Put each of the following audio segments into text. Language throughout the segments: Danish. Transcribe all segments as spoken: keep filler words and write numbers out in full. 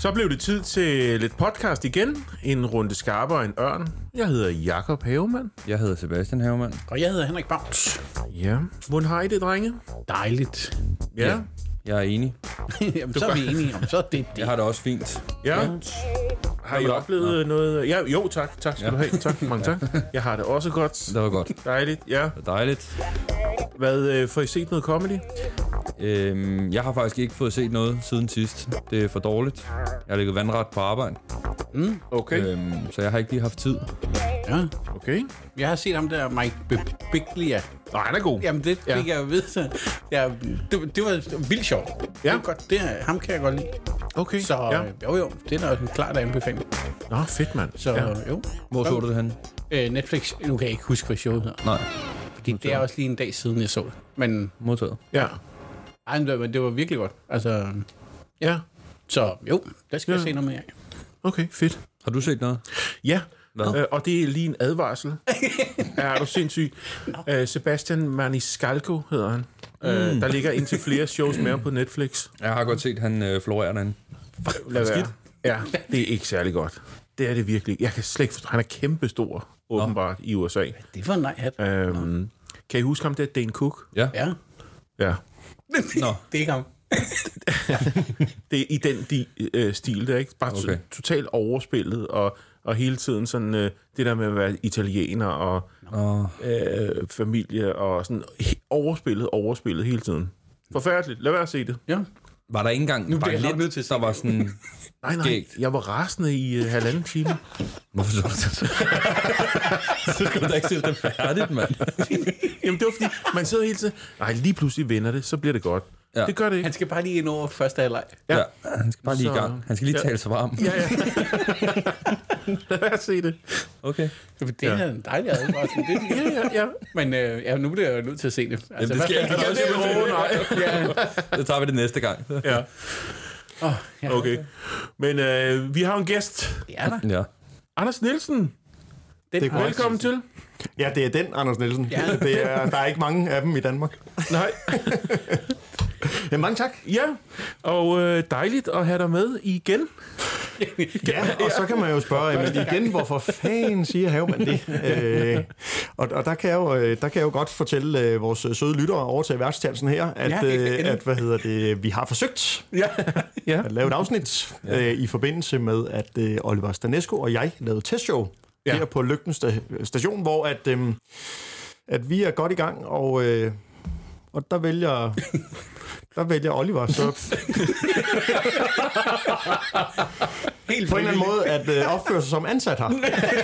Så blev det tid til lidt podcast igen. En runde skarpere og en ørn. Jeg hedder Jakob Havemann. Jeg hedder Sebastian Havemann. Og jeg hedder Henrik Bauns. Ja. Hvordan har I det, drenge? Dejligt. Ja. Ja. Jeg er enig. Jamen, så er vi enige om, så er det det. Jeg har det også fint. Ja. Har I oplevet noget? Ja, jo, tak. Tak skal ja. du have. Tak, mange tak. Jeg har det også godt. Det var godt. Dejligt, ja. Det er dejligt. Hvad, øh, får I set noget comedy? Øhm, jeg har faktisk ikke fået set noget siden sidst. Det er for dårligt. Jeg har ligget vandret på arbejde. Mm. Okay. Øhm, så jeg har ikke lige haft tid. Ja. Okay. Jeg har set ham der, Mike Birbiglia. Nej, han er god. Jamen, det fik Ja. jeg jo ved. Så ja, det, det var vildt sjovt. Ja. Det var godt. Det, er- ham kan jeg godt lide. Okay. Så ja. jo, jo, det er da klart at anbefale. Nå, fedt, mand. Så ja. jo. Hvor så du det henne? Øh, Netflix, nu kan jeg ikke huske, hvad showet hedder. Nej. Fordi det er også lige en dag siden, jeg så det. Men, Modtaget. Ja. ej, men det, var- det var virkelig godt. Altså, Ja. så jo, der skal Ja. jeg se noget mere af. Okay, fedt. Har du set noget? Ja, Hvad? øh, og det er lige en advarsel. Er du sindssyg? Øh, Sebastian Maniscalco hedder han. Mm. Øh, der ligger indtil flere shows mere på Netflix. Jeg har godt set, han øh, florerer derinde. Lad være. Ja, det er ikke særlig godt. Det er det virkelig. Jeg kan slet ikke forstå. Han er kæmpestor, åbenbart, i U S A. Det var en nej-hat. Øhm, kan I huske ham der, Dane Cook? Ja. Ja, Ja. Nå. det er ikke ham. Det er i den de, øh, stil, der ikke? Bare Okay. okay. totalt overspillet, og, og hele tiden sådan, øh, det der med at være italiener og Åh. øh, familie og sådan he- overspillet, overspillet hele tiden. Forfærdeligt. Lad være at se det. Ja. Var der ikke engang Nu bare bliver jeg nok lidt, nødt til at se der var det. sådan... Nej, nej. Skægt. Jeg var rasende i øh, halvanden time. Hvorfor så du det? Så skulle du da ikke se det færdigt, mand. Jamen, det var fordi, man sidder hele tiden. Nej, lige pludselig vender det, så bliver det godt. Ja. Ja. Det gør det ikke. Han skal bare lige ind over første halvleg. Ja. Ja. Han skal bare lige i Så- gang. Han skal lige Ja. tale sig varm. Ja, ja. Lad være at se det. Okay. Det er ja. en dejlig advarsel. Det er det. Ja, ja, ja. Men øh, ja, nu bliver jeg jo nødt til at se det. Altså, det skal hvad jeg fanden ikke kan også. jeg se? Ja. Det tager vi det næste gang. Ja, Oh, ja. okay. Men øh, vi har en gæst. Det er der. Ja. Anders Nielsen. Den Det er har jeg Velkommen set. til. Ja, det er den, Anders Nielsen. Ja. Det er, der er ikke mange af dem i Danmark. Nej. Ja, mange tak. Ja, og øh, dejligt at have dig med igen. Ja, og så kan man jo spørge men igen, hvorfor fanden siger Havemann det? Øh, og, og der kan jeg jo, øh, der kan jeg jo godt fortælle øh, vores søde lyttere over til værtstjansen her, at, Ja, øh, endelig. at hvad hedder det, vi har forsøgt Ja. Ja. at lave et afsnit øh, i forbindelse med, at øh, Oliver Stanesco og jeg lavede testshow Ja. ja. her på Lygten sta- station, hvor at, øh, at vi er godt i gang, og, øh, og der vælger... Der vælger Oliver så Helt på en eller anden måde at øh, opføre sig som ansat her.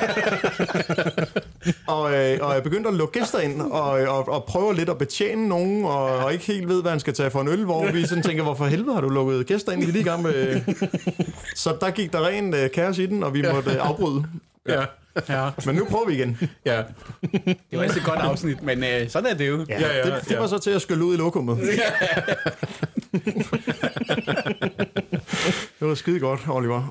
og, øh, og jeg begyndte at lukke gæster ind, og, og, og prøver lidt at betjene nogen, og, og ikke helt ved, hvad han skal tage for en øl, hvor vi sådan tænker, hvorfor helvede har du lukket gæster ind? Vi er lige i gang med... Så der gik der ren øh, kaos i den, og vi måtte øh, afbryde. Ja. Ja, Men nu prøver vi igen. Ja. det var altså et godt afsnit, men øh, sådan er det jo. Ja, Ja, ja, det, det var ja. så til at skylle ud i lokummet. Det var skide godt, Oliver.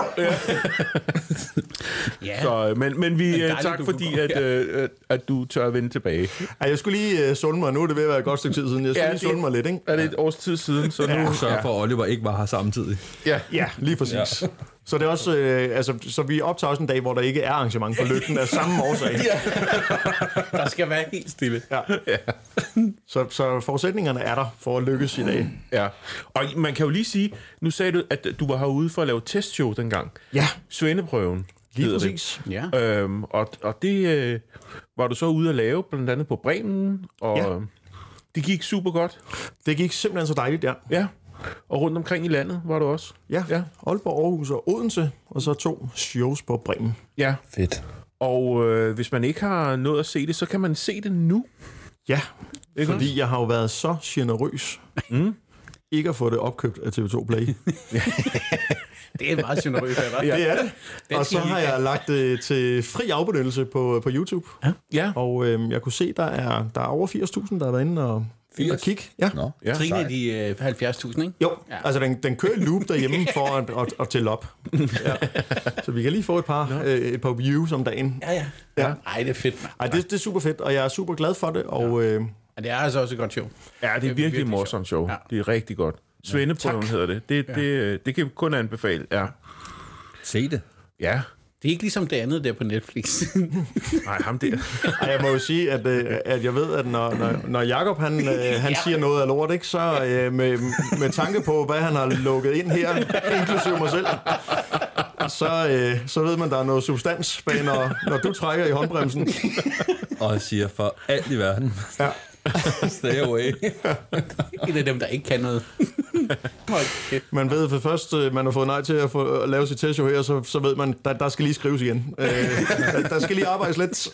Ja. Så, øh, men, men vi Men øh, dejligt, tak du fordi, kunne at, komme. øh, at, at du tør at vende tilbage. Ej, jeg skulle lige uh, sunde mig. Nu er det ved at være et godt stykke tid siden. Jeg skulle Ja, ja, lige sunde mig lidt, ikke? Er det et års tid siden, så nu... Sørg for, at Oliver ikke var her samtidig. Ja. Ja, lige præcis. Ja. Så det er også, øh, altså, så vi optager også en dag, hvor der ikke er arrangement på Lygten af samme årsag. Der skal være helt stille. Ja. Så, så forudsætningerne er der for at lykkes i dag. Ja. Og man kan jo lige sige, nu sagde du, at du var herude for at lave testshow dengang. Ja, Svendeprøven. lige hedder det. præcis. Ja. Øhm, og, og det øh, var du så ude at lave, blandt andet på Bremen, og Ja. det gik super godt. Det gik simpelthen så dejligt, ja. Ja, og rundt omkring i landet var du også. Ja, Ja. Aalborg, Aarhus og Odense, og så to shows på Bremen. Ja, Fedt. og øh, hvis man ikke har nået at se det, så kan man se det nu. Ja, Ikke fordi jeg har jo været så generøs mm. ikke at få det opkøbt af T V to Play. Det er meget generøst, hva'? Ja. Det er det. Den Og så skal I har have. jeg lagt det til fri afbenyttelse på, på YouTube. Ja, Og øh, jeg kunne se, der er, der er over firs tusind, der har været inde og, inde og kigge. Ja. Nå. ja. Trine er de øh, halvfjerds tusind, ikke? Jo, Ja. ja. altså den, den kører i loop derhjemme for at, at, at tælle op. Ja. Så vi kan lige få et par, øh, et par views om dagen. Ja, ja. Ja. Ej, det er fedt, man. Ej, det, det er super fedt, og jeg er super glad for det. Og øh, Ja, det er altså også et godt show. Ja, det er Det er virkelig virkelig et morsomt show. Ja. Det er rigtig godt. Svendeprøven hedder det. Det, det, det kan vi kun anbefale, ja. Se det. Ja. Det er ikke ligesom det andet der på Netflix. Nej, ham der. Ej, jeg må jo sige, at, øh, at jeg ved, at når, når, når Jacob han, øh, han siger noget af lort, ikke, så øh, med, med tanke på, hvad han har lukket ind her, inklusive mig selv, så, øh, så ved man, der er noget substans bag, når, når du trækker i håndbremsen. Og jeg siger for alt i verden. Ja. Stay away. En af dem, der ikke kan noget. Okay. Man ved, for først man har fået nej til at, få, at lave sit testshow her, så, så ved man, der, der skal lige skrives igen. Øh, der, der skal lige arbejdes lidt.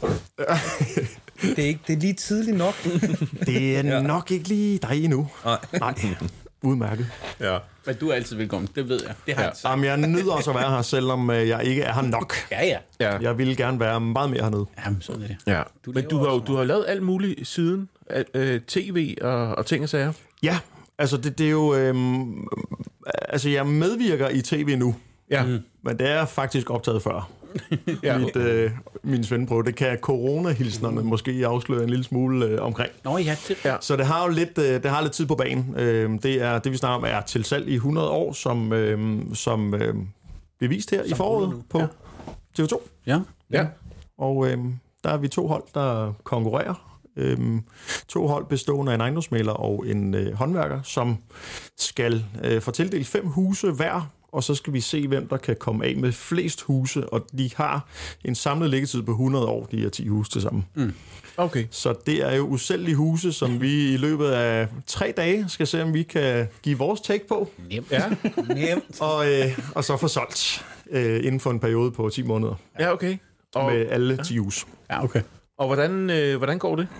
Det er, ikke, det er lige tidligt nok. Det er ja. nok ikke lige dig endnu. Nej. Nej. Udmærket. Ja. Men du er altid velkommen, det ved jeg. Det har Ja. jeg. Jamen, jeg nyder også at være her, selvom øh, jeg ikke er her nok. Ja, ja. Ja. Jeg ville gerne være meget mere hernede. Jamen, sådan er det. Ja. Du Men laver du har jo også du har lavet alt muligt siden. Øh, tv og, og ting og sager. Ja, altså det, det er jo... Øhm, altså, jeg medvirker i tv nu, Ja. Mm. men det er faktisk optaget før. Ja. Mit, øh, min svendeprøve. Det kan coronahilsnerne måske afsløre en lille smule øh, omkring. Nå ja, det Ja. Så det har jo lidt, øh, det har lidt tid på banen. Øh, det, er, det vi snakker om er til salg i hundrede år, som, øh, som øh, bliver vist her som i foråret på Ja. T V to. Ja. Ja. Og øh, der er vi to hold, der konkurrerer. Øhm, to hold bestående af en ejendomsmægler og en øh, håndværker, som skal øh, få tildelt fem huse hver, og så skal vi se, hvem der kan komme af med flest huse, og de har en samlet liggetid på hundrede år, de her ti huse til sammen. Mm. Okay. Så det er jo usælgelige huse, som vi i løbet af tre dage skal se, om vi kan give vores take på, Nemt. Ja. Nemt. og, øh, og så få solgt øh, inden for en periode på ti måneder Ja, okay. Og, med alle ti huse. Ja, okay. og hvordan, øh, hvordan går det?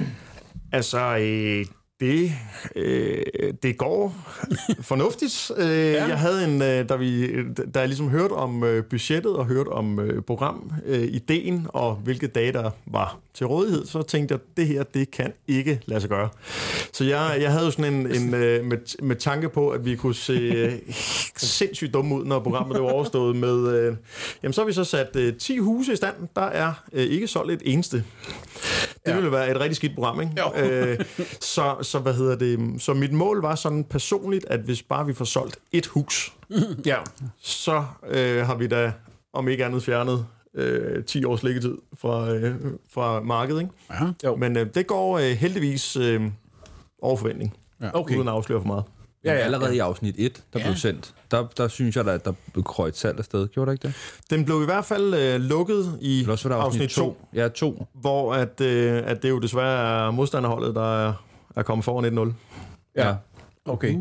Altså, øh, det, øh, det går fornuftigt. Øh, ja. Jeg havde en, øh, da, vi, da jeg ligesom hørte om øh, budgettet og hørte om øh, program, øh, ideen og hvilke dage der var til rådighed, så tænkte jeg, at det her, det kan ikke lade sig gøre. Så jeg, jeg havde jo sådan en, en øh, med, med tanke på, at vi kunne se øh, sindssygt dumme ud, når programmet det var overstået med, øh, jamen så har vi så sat øh, ti huse i stand. Der er øh, ikke solgt et eneste. Det Ja. ville være et rigtig skidt program, ikke? Øh, så, så, hvad hedder det? Så mit mål var sådan personligt, at hvis bare vi får solgt et hus, Ja. så øh, har vi da, om ikke andet, fjernet øh, ti års liggetid fra, øh, fra markedet, ikke? Ja. Jo. Men øh, det går øh, heldigvis øh, over forventning, Okay. uden at afsløre for meget. Ja, ja. Allerede i afsnit et, der Ja. blev sendt, der, der synes jeg da, at der krøg et salg afsted. Gjorde der ikke det? Den blev i hvert fald øh, lukket i Eller også var der afsnit, afsnit to, Ja, to. hvor at, øh, at det jo desværre er modstanderholdet, der er, er kommet foran et nul. Ja. Okay.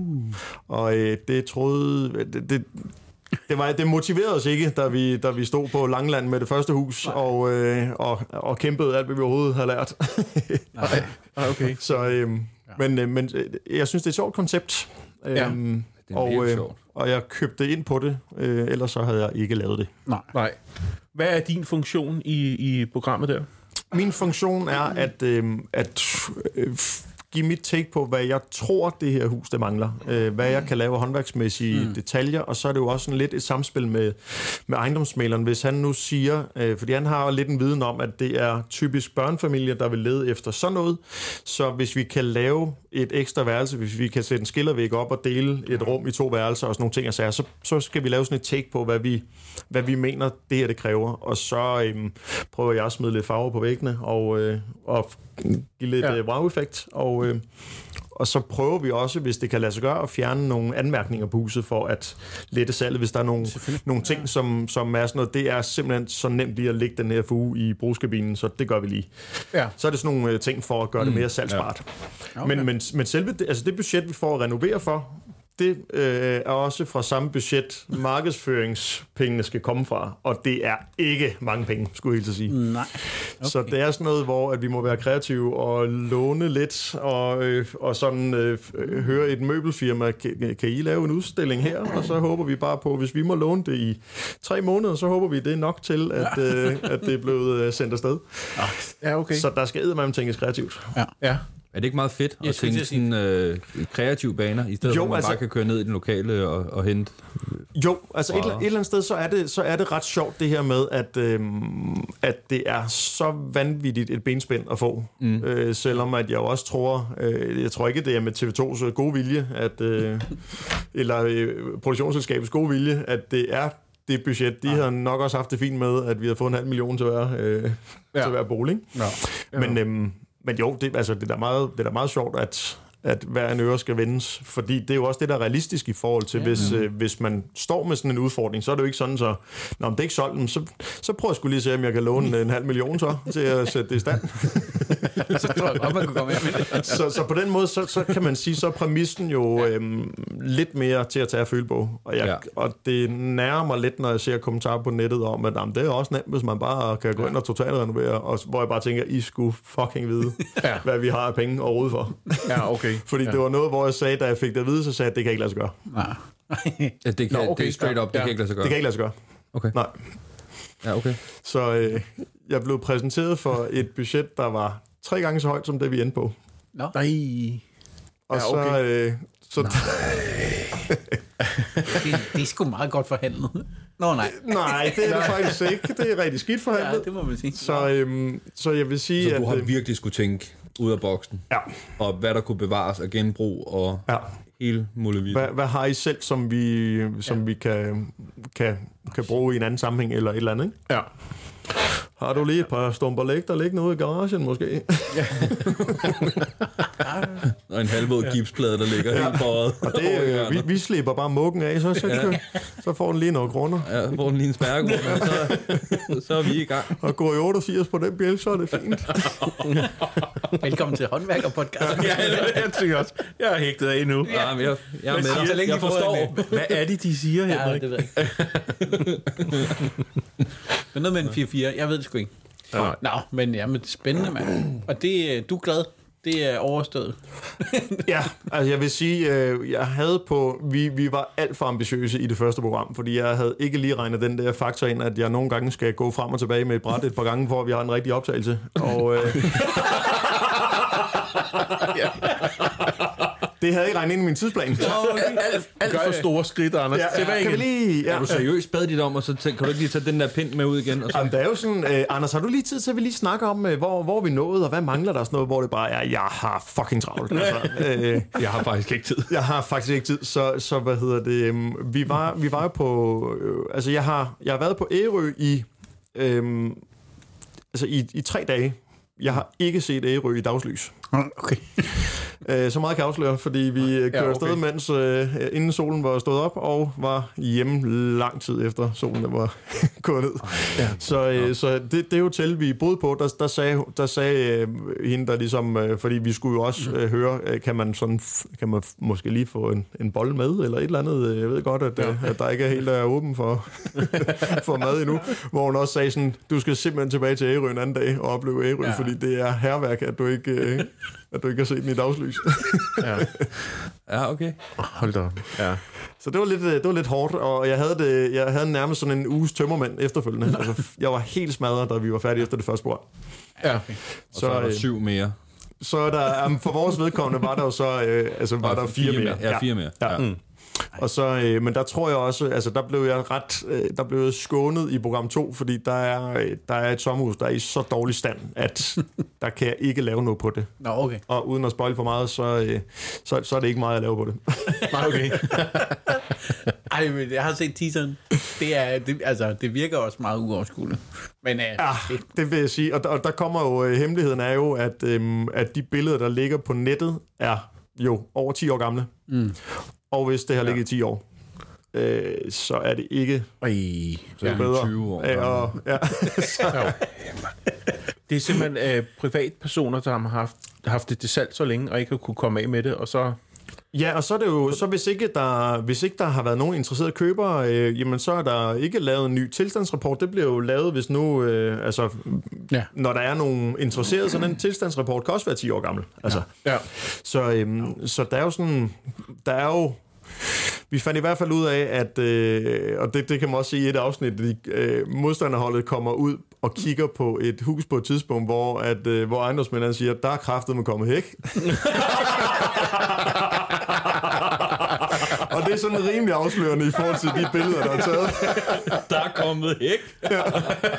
Og øh, det troede... Det, det, det, var, det motiverede os ikke, da vi, da vi stod på Langland med det første hus, og, øh, og, og kæmpede alt, hvad vi overhovedet havde lært. Nej. Okay. Så, øh, men, øh, men øh, jeg synes, det er et sjovt koncept. Ja, Øh, Det er og, virkelig øh, sjovt. og jeg købte ind på det, øh, ellers så havde jeg ikke lavet det. Nej. Nej. Hvad er din funktion i, i programmet der? Min funktion er at, øh, at øh, give mit take på, hvad jeg tror, det her hus det mangler. Øh, hvad jeg kan lave af håndværksmæssige mm. detaljer, og så er det jo også sådan lidt et samspil med, med ejendomsmæleren. Hvis han nu siger, øh, fordi han har jo lidt en viden om, at det er typisk børnefamilier, der vil lede efter sådan noget, så hvis vi kan lave et ekstra værelse, hvis vi kan sætte en skillervæg op og dele et rum i to værelser og sådan nogle ting og sager, så, så skal vi lave sådan et take på, hvad vi, hvad vi mener, det her det kræver. Og så øh, prøver jeg at smide lidt farver på væggene og, øh, og give lidt Ja. ja. wow-effekt. Og, øh, og så prøver vi også, hvis det kan lade sig gøre, at fjerne nogle anmærkninger på huset for at lette salget, hvis der er nogle, nogle ting, ja. som, som er sådan noget. Det er simpelthen så nemt lige at lægge den her fuge i brugskabinen, så det gør vi lige. Ja. Så er det sådan nogle øh, ting for at gøre det mere salgsbart. Ja. Okay. Men, men, men selve det, altså det budget, vi får at renovere for, det øh, er også fra samme budget, markedsføringspengene skal komme fra, og det er ikke mange penge, skulle jeg helt sige. Nej. Okay. Så det er sådan noget, hvor at vi må være kreative og låne lidt, og, øh, og sådan øh, høre et møbelfirma, kan, kan I lave en udstilling her? Og så håber vi bare på, hvis vi må låne det i tre måneder, så håber vi, det er nok til, at, øh, at det er blevet sendt afsted. Ja, okay. Så der skal eddermame tænkes kreativt. Ja. Ja. Er det ikke meget fedt Jeg at skulle tænke til at sådan øh, kreative baner, i stedet Jo, for at man altså- bare kan køre ned i den lokale og, og hente? Jo, altså Wow. et, et eller andet sted, så er, det, så er det ret sjovt det her med, at, øhm, at det er så vanvittigt et benspænd at få. Mm. Øh, selvom at jeg jo også tror, øh, jeg tror ikke, det er med T V to's gode vilje, at, øh, eller øh, produktionsselskabets gode vilje, at det er det budget. De ja. har nok også haft det fint med, at vi har fået en halv million til hver, øh, ja. til hver bolig. Ja. Ja. Men, øhm, men jo, det, altså, det, er da meget, det er da meget sjovt, at at hver en øre skal vendes, fordi det er jo også det, der er realistisk i forhold til, ja. hvis, øh, hvis man står med sådan en udfordring, så er det jo ikke sådan, så når det er ikke solgt, så, så prøver jeg sgu lige at se, om jeg kan låne en halv million så, til at sætte det i stand. Så tror jeg godt, man kunne komme med det. så, så på den måde, så, så kan man sige, så er præmissen jo øhm, lidt mere til at tage at føle på, og, jeg, Ja. og det nærer mig lidt, når jeg ser kommentarer på nettet om, at jamen, det er også nemt, hvis man bare kan gå ind og totalrenovere, og hvor jeg bare tænker, I skulle fucking vide, Ja. hvad vi har af penge og rode for. Ja, okay. Fordi ja. det var noget, hvor jeg sagde, da jeg fik det at vide, så sagde jeg, at det kan ikke lade sig gøre. Nej. Ja, det, kan, Nå, okay, det er straight ja. up, det Ja. kan ikke lade sig gøre. Det kan ikke lade sig gøre. Okay. Nej. Ja, okay. Så øh, jeg blev præsenteret for et budget, der var tre gange så højt, som det vi endte på. Nå. Nej. Og Ja, okay. så... Øh, så Det, det er sgu meget godt forhandlet. Nå, nej. nej, det er det faktisk ikke. Det er rigtig skidt Ja, forhandlet. det må man sige. Så, øhm, så jeg vil sige, Så du har at... Øh, virkelig skulle tænke ud af boksen, ja, og hvad der kunne bevares og genbrug og ja. hele muligvis. Hvad, hvad har I selv, som vi, som Ja. vi kan, kan, kan bruge i en anden sammenhæng, eller et eller andet, ikke? Ja. Har du lige et par stumper læg, der ligger ude i garagen, måske? Og en halvvåd gipsplade, der ligger ja. helt bøjet. Og det, øh, vi, vi slipper bare mukken af, så, så, ja. så får den lige noget grunder. Ja, så får den lige en spærregård, og så, så er vi i gang. Og går i otteogfirs på den bjælk, så er det fint. Velkommen til håndværkerpodcasten. Ja, jeg tænker også. Jeg er hægtet af nu. Ja, men jeg, jeg er med siger, så dig. længe Jeg de får forstår. en, Hvad er det, de siger, Ja, Henrik? det ved jeg ikke. Men noget med en fire fire, jeg ved det sgu ikke. Nej. Nå, men ja, men det er spændende, mand. Og det, du er glad. Det er overstået. Ja, altså jeg vil sige, øh, jeg havde på, vi, vi var alt for ambitiøse i det første program, fordi jeg havde ikke lige regnet den der faktor ind, at jeg nogle gange skal gå frem og tilbage med et bræt et par gange, hvor vi har en rigtig optagelse. Og øh, det havde jeg ikke regnet ind i min tidsplan. Alt, alt for store skridt, Anders. Ja, Tilbage kan vi igen. lige... Ja. Er du seriøst bad dit om, og så tænk, kan du ikke lige tage den der pind med ud igen? Og så... Jamen, det er jo sådan, øh, Anders, har du lige tid til, at vi lige snakker om, øh, hvor, hvor vi nåede, og hvad mangler der sådan noget, hvor det bare er, jeg har fucking travlt. Altså, øh, Jeg har faktisk ikke tid. jeg har faktisk ikke tid, så, så hvad hedder det, øh, vi var, vi var jo på, øh, altså jeg har, jeg har været på Ærø i, øh, altså i, i tre dage. Jeg har ikke set Ærø i dagslys. Okay. Øh, så meget kan jeg afsløre, fordi vi øh, kørte Ja, afsted, okay. mens øh, inden solen var stået op, og var hjemme lang tid efter solen var gået ned. Ja. Så, øh, så det, det hotel, vi boede på, der, der sagde, der sagde øh, hende, der ligesom, øh, fordi vi skulle jo også øh, høre, øh, kan man sådan, kan man måske lige få en, en bolle med, eller et eller andet. Jeg ved godt, at, øh, at der ikke er helt er åben for, for mad endnu. Hvor hun også sagde sådan, du skal simpelthen tilbage til Ærø en anden dag og opleve Ærø, Ja. fordi det er hærværk, at du ikke, øh, at du ikke har set den i dagslys. Ja. Ja, okay. Hold da op. Ja. Så det var lidt, det var lidt hårdt, og jeg havde, det, jeg havde nærmest sådan en uges tømmermand efterfølgende. Altså, jeg var helt smadret, da vi var færdige efter det første program. Ja. Og så, så er der øh, syv mere. Så er der, um, for vores vedkommende var der jo så, øh, altså var der fire mere. Ja, fire mere. Ja. Ja. Mm. Og så, øh, men der tror jeg også, altså der blev jeg ret, øh, der blev jeg skånet i program to, fordi der er, øh, der er et sommerhus, der er i så dårlig stand, at der kan jeg ikke lave noget på det. Nå, okay. Og uden at spoil for meget, så, øh, så, så er det ikke meget at lave på det. Nej, okay. Ej, men jeg har set teaseren. Det, er, det, altså, det virker også meget uoverskueligt. Men øh, Ja, det vil jeg sige. Og der, og der kommer jo, øh, hemmeligheden er jo, at, øhm, at de billeder, der ligger på nettet, er jo over ti år gamle. Mm. Og hvis det har ligget i ti år, øh, så er det ikke Ej. Så er Ja. det bedre. tyve år. Ja, og, ja. Ja. Det er simpelthen øh, privatpersoner, der har haft, haft det til salg så længe, og ikke har kunne komme af med det, og så... ja, og så er det jo, så hvis ikke der, hvis ikke der har været nogen interesserede købere, øh, jamen så er der ikke lavet en ny tilstandsrapport. Det bliver jo lavet, hvis nu, øh, altså, Ja. når der er nogen interesserede, så den tilstandsrapport kan også være ti år gammel. Altså. Ja. Så, øhm, så der er jo sådan, der er jo, vi fandt i hvert fald ud af, at, øh, og det, det kan man også sige i et afsnit, at øh, modstanderholdet kommer ud og kigger på et hus på et tidspunkt, hvor, at, øh, hvor ejendomsmændene siger, der er kraftet med kommet hæk. Og det er sådan rimelig afslørende i forhold til de billeder, der er taget. Der er kommet hæk. Ja.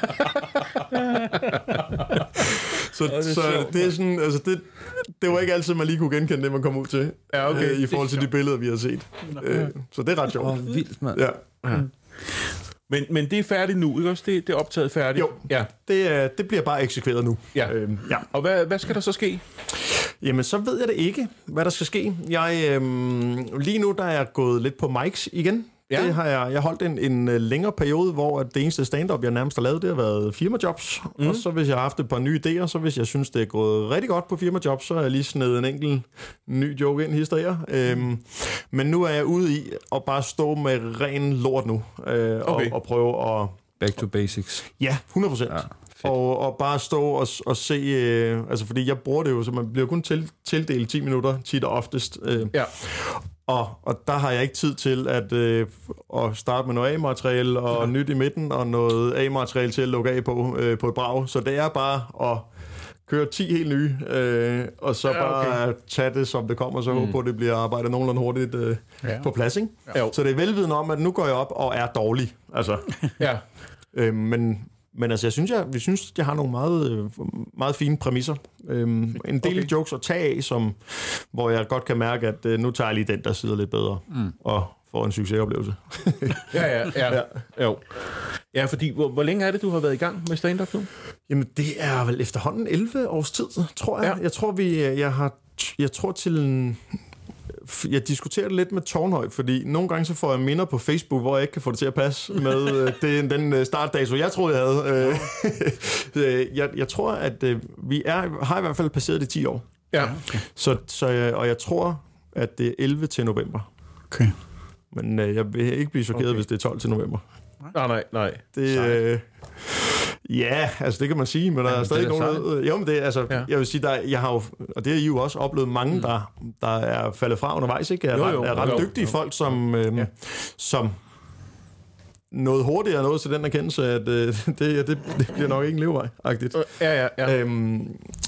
Så, det så det er sådan, altså det, det var ikke altid, man lige kunne genkende det, man kom ud til, ja, okay. øh, i forhold til de billeder, vi har set. Øh, så det er ret sjovt. Åh, vildt, mand. Ja. Ja. Men, men det er færdigt nu, ikke også? Det, det er optaget færdigt? Jo, ja. det, er, det bliver bare eksekveret nu. Ja. Øhm, ja. Og hvad, hvad skal der så ske? Jamen, så ved jeg det ikke, hvad der skal ske. Jeg, øhm, lige nu der er jeg gået lidt på mics igen. Ja. Det har jeg, jeg holdt en, en længere periode, hvor det eneste stand-up, jeg nærmest har lavet, det har været firmajobs. Mm. Og så hvis jeg har haft et par nye idéer, så hvis jeg synes, det er gået rigtig godt på firmajobs, så har jeg lige snedet en enkelt ny joke ind hister mm. øhm, Men nu er jeg ude i at bare stå med ren lort nu. Øh, okay. og, og prøve at... Back to basics. Ja, hundrede procent. Ja. Og, og bare stå og, og se, øh, altså fordi jeg bruger det jo, så man bliver kun til, tildelt ti minutter, tit og oftest. Øh. Ja. Og, og der har jeg ikke tid til at, øh, at starte med noget A-materiale og ja. nyt i midten, og noget A-materiale til at lukke af på, øh, på et brag. Så det er bare at køre ti helt nye, øh, og så ja, okay. bare tage det, som det kommer, så mm. håbe på, at det bliver arbejdet nogenlunde hurtigt øh, ja. på plads. Ikke? Ja. Så det er velvidende om, at nu går jeg op og er dårlig. Altså. Ja. øh, men... Men altså, jeg synes, jeg, vi synes, jeg har nogle meget, meget fine præmisser. Øhm, en del okay. jokes at tage af, som, hvor jeg godt kan mærke, at øh, nu tager jeg lige den, der sidder lidt bedre, mm. og får en succesoplevelse. ja, ja, ja. ja. Jo. Ja, fordi hvor, hvor længe er det, du har været i gang med stand-up nu? Jamen, det er vel efterhånden elleve års tid, tror jeg. Ja. Jeg tror, vi, jeg har, jeg tror til en... Jeg diskuterer det lidt med Tårnhøj, fordi nogle gange så får jeg minder på Facebook, hvor jeg ikke kan få det til at passe med den, den startdato, jeg troede, jeg havde. jeg, jeg tror, at vi er, har i hvert fald passeret de ti år. Ja. Så, så, og jeg tror, at det er elleve til november. Okay. Men jeg vil ikke blive chokeret, okay. hvis det er tolv til november. Nej, nej, nej. Det, øh, ja, altså det kan man sige, men der ja, er stadig nogen... Jo, men det altså, ja. jeg vil sige, der, jeg har jo, og det har I jo også oplevet mange, mm. der, der er faldet fra undervejs, ikke? Er, jo, jo, er ret jo, dygtige jo. folk, som, øhm, ja. som noget hurtigere noget til den erkendelse, at øh, det, det, det bliver nok ikke en levevej-agtigt. Ja, ja, ja. Øhm,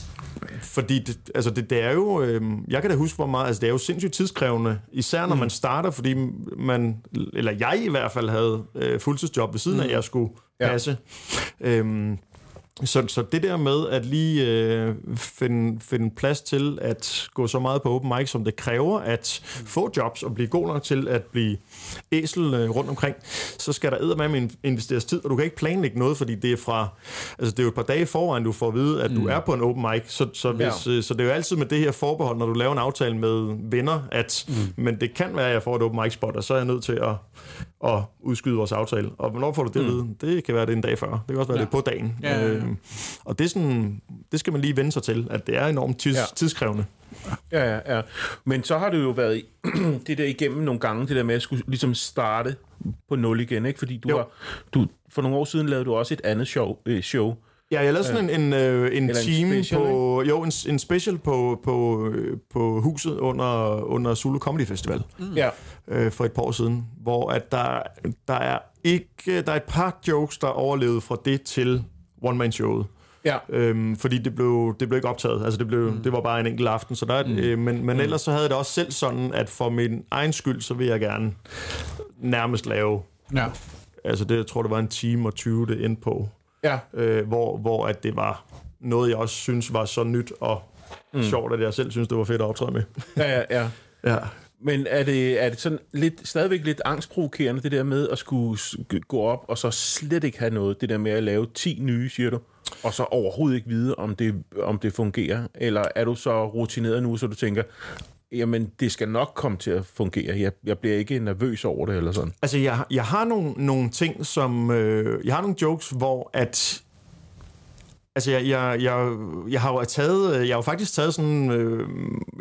fordi det, altså det, det er jo, øh, jeg kan da huske, hvor meget, altså det er jo sindssygt tidskrævende, især når mm. man starter, fordi man, eller jeg i hvert fald havde øh, fuldtidsjob ved siden af, mm. jeg skulle passe. Ja. Øhm, så, så det der med at lige øh, finde, finde plads til at gå så meget på open mic, som det kræver at få jobs og blive god nok til at blive æsel øh, rundt omkring, så skal der eddermame investeres tid, og du kan ikke planlægge noget, fordi det er fra, altså det er jo et par dage forvejen, du får at vide, at mm. du er på en open mic, så, så, hvis, ja. øh, så det er jo altid med det her forbehold, når du laver en aftale med venner, at mm. men det kan være, at jeg får et open mic spot, og så er jeg nødt til at, at udskyde vores aftale. Og hvornår får du det mm. at vide? Det kan være, det en dag før. Det kan også være, ja. det på dagen. Ja, ja, ja. Øh, og det er sådan, det skal man lige vende sig til, at det er enormt tids, ja. tidskrævende. Ja, ja, ja. Men så har du jo været i, det der igennem nogle gange, det der med at skulle ligesom starte på nul igen, ikke? Fordi du jo. har, du, for nogle år siden lavede du også et andet show. Øh, show. Ja, jeg lavede sådan en, en, øh, en team en special, på, ikke? jo, en, en special på, på, på huset under, under Zulu Comedy Festival. Mm. Ja. Øh, for et par år siden, hvor at der, der er ikke, der er et par jokes, der overlevede fra det til one-man-showet. Ja. Øhm, fordi det blev, det blev ikke optaget. Altså det, blev, mm. det var bare en enkelt aften. Så der, mm. øh, men men mm. ellers så havde jeg det også selv sådan, at for min egen skyld, så vil jeg gerne nærmest lave... Ja. Altså det, jeg tror, det var en time og tyve, det endte på. Ja. Øh, hvor, hvor at det var noget, jeg også synes var så nyt og mm. sjovt, at jeg selv synes, det var fedt at optræde med. Ja, ja, ja. ja. Men er det, er det sådan lidt, stadigvæk lidt angstprovokerende, det der med at skulle gå op og så slet ikke have noget, det der med at lave ti nye, siger du, og så overhovedet ikke vide, om det, om det fungerer? Eller er du så rutineret nu, så du tænker, jamen, det skal nok komme til at fungere. Jeg, jeg bliver ikke nervøs over det, eller sådan. Altså, jeg, jeg har nogle, nogle ting, som... Øh, jeg har nogle jokes, hvor at... Altså, jeg, jeg, jeg, jeg har jo taget... Jeg har jo faktisk taget sådan... Øh,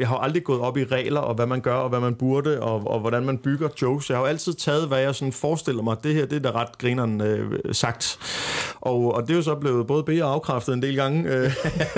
jeg har jo aldrig gået op i regler, og hvad man gør, og hvad man burde, og, og hvordan man bygger jokes. Jeg har jo altid taget, hvad jeg sådan forestiller mig. Det her, det er da ret grineren øh, sagt. Og, og det er jo så blevet både be- og afkræftet en del gange. Øh.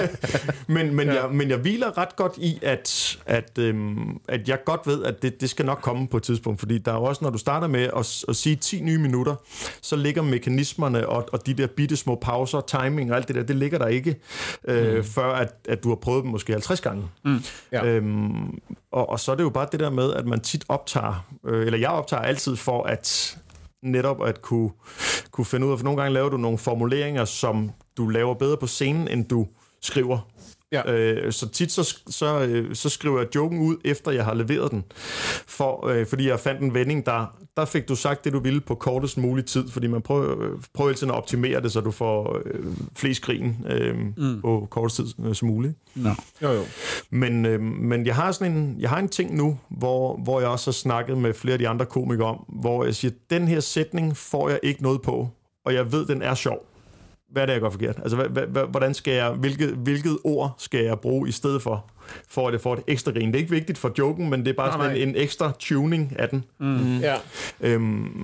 men, men, ja. jeg, men jeg hviler ret godt i, at, at, øhm, at jeg godt ved, at det, det skal nok komme på et tidspunkt. Fordi der er jo også, når du starter med at, at sige ti nye minutter, så ligger mekanismerne og, og de der bitte små pauser, timing og alt det der, det ligger der ikke, øh, mm. før at, at du har prøvet dem måske halvtreds gange. Mm. Ja. Øhm, og, og så er det jo bare det der med, at man tit optager, øh, eller jeg optager altid for at netop at kunne, kunne finde ud af, for nogle gange laver du nogle formuleringer, som du laver bedre på scenen, end du skriver. Ja. Øh, så tit så, så, øh, så skriver jeg joken ud, efter jeg har leveret den. For, øh, fordi jeg fandt en vending, der, der fik du sagt det, du ville på kortest mulig tid. Fordi man prøver, prøver hele tiden at optimere det, så du får øh, flest grin øh, mm. på kortest tid øh, som muligt. No. Jo, jo. Men, øh, men jeg har sådan en, jeg har en ting nu, hvor, hvor jeg også har snakket med flere af de andre komikere om, hvor jeg siger, den her sætning får jeg ikke noget på, og jeg ved, den er sjov. Hvad er det, jeg gør forkert? Altså, hvad, hvad, hvordan skal jeg, hvilket, hvilket ord skal jeg bruge i stedet for, for at det får et ekstra grin? Det er ikke vigtigt for joken, men det er bare nej, sådan en, en ekstra tuning af den. Mm. Ja. Øhm,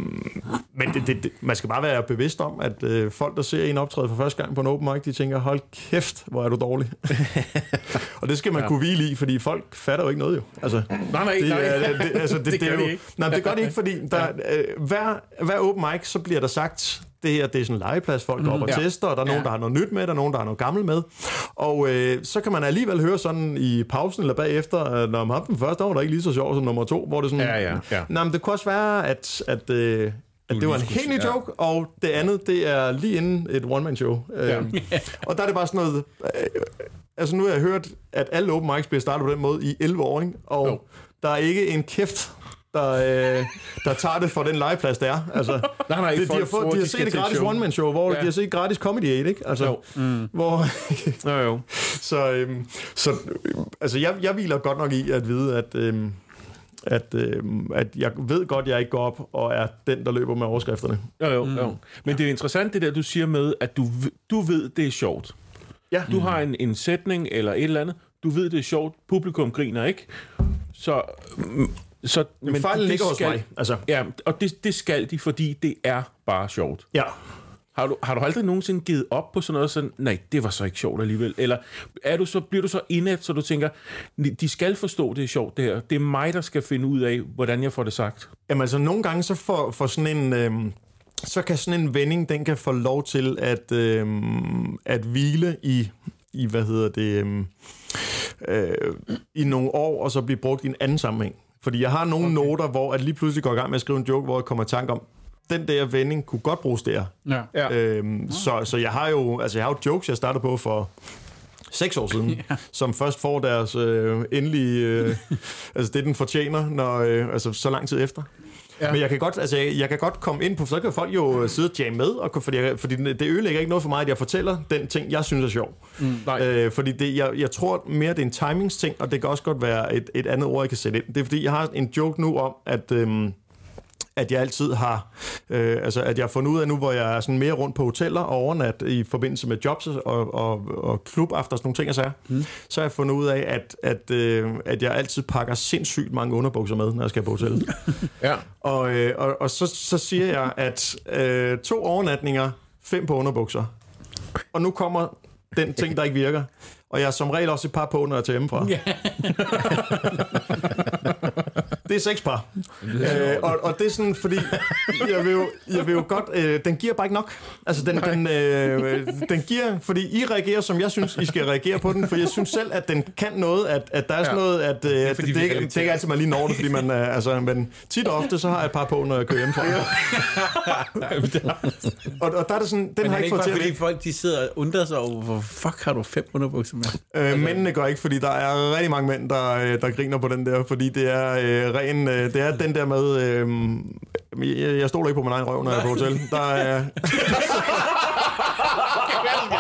men det, det, det, man skal bare være bevidst om, at øh, folk, der ser en optræde for første gang på en open mic, de tænker, hold kæft, hvor er du dårlig. Og det skal man ja. kunne hvile i, fordi folk fatter jo ikke noget jo. Altså, nej, nej, det, nej. Det, det, altså, det, det, det gør det er de jo, ikke. Nej, det gør de ikke, fordi der, øh, hver, hver open mic, så bliver der sagt, det her, det er sådan en legeplads, folk går op og ja. tester, og der er nogen, ja. der har noget nyt med, der er nogen, der har noget gammelt med. Og øh, så kan man alligevel høre sådan i pausen eller bagefter, når man har den første år, der er ikke lige så sjov som nummer to, hvor det sådan, ja, ja, ja. Nej, men det kunne også være, at, at, øh, at det var en helt ny joke, ja. og det andet, det er lige inden et one-man-show. Ja. Øh, og der er det bare sådan noget, øh, altså nu har jeg hørt, at alle open mics bliver startet på den måde i elleve år, ikke? Og jo. der er ikke en kæft, Der, øh, der tager det for den legeplads, der er. Altså, nej, nej, de, de, har, fået, de, de har set et gratis one-man-show, hvor ja. de har set gratis Comedy eight, ikke? Altså, jo. Mm. Hvor, jo, jo. så øhm, så altså, jeg, jeg hviler godt nok i at vide, at, øhm, at, øhm, at jeg ved godt, at jeg ikke går op og er den, der løber med overskrifterne. Jo, jo, mm. jo. Men det er interessant, det der, du siger med, at du, du ved, det er sjovt. Ja. Du har en, en sætning eller et eller andet. Du ved, det er sjovt. Publikum griner ikke. Så... Så, men men fejlen ligger hos mig. Altså. Ja, og det, det skal de, fordi det er bare sjovt. Ja. Har du, har du aldrig nogensinde givet op på sådan noget, sådan, nej, det var så ikke sjovt alligevel? Eller er du så, bliver du så indet, så du tænker, de skal forstå, det er sjovt det her. Det er mig, der skal finde ud af, hvordan jeg får det sagt. Jamen altså, nogle gange så får, får sådan en... Øhm, så kan sådan en vending, den kan få lov til at, øhm, at hvile i, i, hvad hedder det, øhm, øh, i nogle år, og så blive brugt i en anden sammenhæng. Fordi jeg har nogle okay. noter, hvor at lige pludselig går i gang med at skrive en joke, hvor jeg kommer i tanke om, den der vending kunne godt bruges der. Ja. Ja. Øhm, ja. Så, så jeg har jo altså jeg har jo jokes, jeg startede på for seks år siden, ja. som først får deres øh, endelige, øh, altså det den fortjener, når, øh, altså så lang tid efter. Ja. Men jeg kan godt, altså jeg, jeg kan godt komme ind på, så kan folk jo sidde og jamme med, og, fordi, jeg, fordi det ødelægger ikke noget for mig, at jeg fortæller den ting, jeg synes er sjov. Mm, øh, fordi det, jeg, jeg tror mere, det er en timingsting, og det kan også godt være et, et andet ord, jeg kan sætte ind. Det er fordi, jeg har en joke nu om, at... Øhm, at jeg altid har, øh, altså at jeg har fundet ud af nu, hvor jeg er sådan mere rundt på hoteller og overnat i forbindelse med jobs og, og, og klubafter og sådan nogle ting, så, mm. så har jeg fundet ud af, at, at, øh, at jeg altid pakker sindssygt mange underbukser med, når jeg skal på hotellet. ja. Og, øh, og, og så, så siger jeg, at øh, to overnatninger, fem på underbukser. Og nu kommer den ting, der ikke virker. Og jeg er som regel også et par på, når jeg tager hjemmefra. Yeah. Det er seks par. Øh, og, og det er sådan, fordi jeg vil jo, jeg vil jo godt... Øh, den giver bare ikke nok. Altså, den, den, øh, den giver... Fordi I reagerer, som jeg synes, I skal reagere på den. For jeg synes selv, at den kan noget, at, at der er sådan ja. noget, at, øh, det, det, det, det, det er ikke altid, man lige når det, fordi man... Øh, altså, men tit og ofte, så har jeg et par på, når jeg kører hjemmefra. og, og der er det sådan... Den men har ikke fået til... fordi folk, de sidder og undrer sig over, hvor fuck har du fem underbukser med? Øh, mændene gør ikke, fordi der er rigtig mange mænd, der, der griner på den der, fordi det er øh, ren, øh, det er den der med, øh, jeg, jeg stoler ikke på min egen røv, når jeg er på hotel. Der er...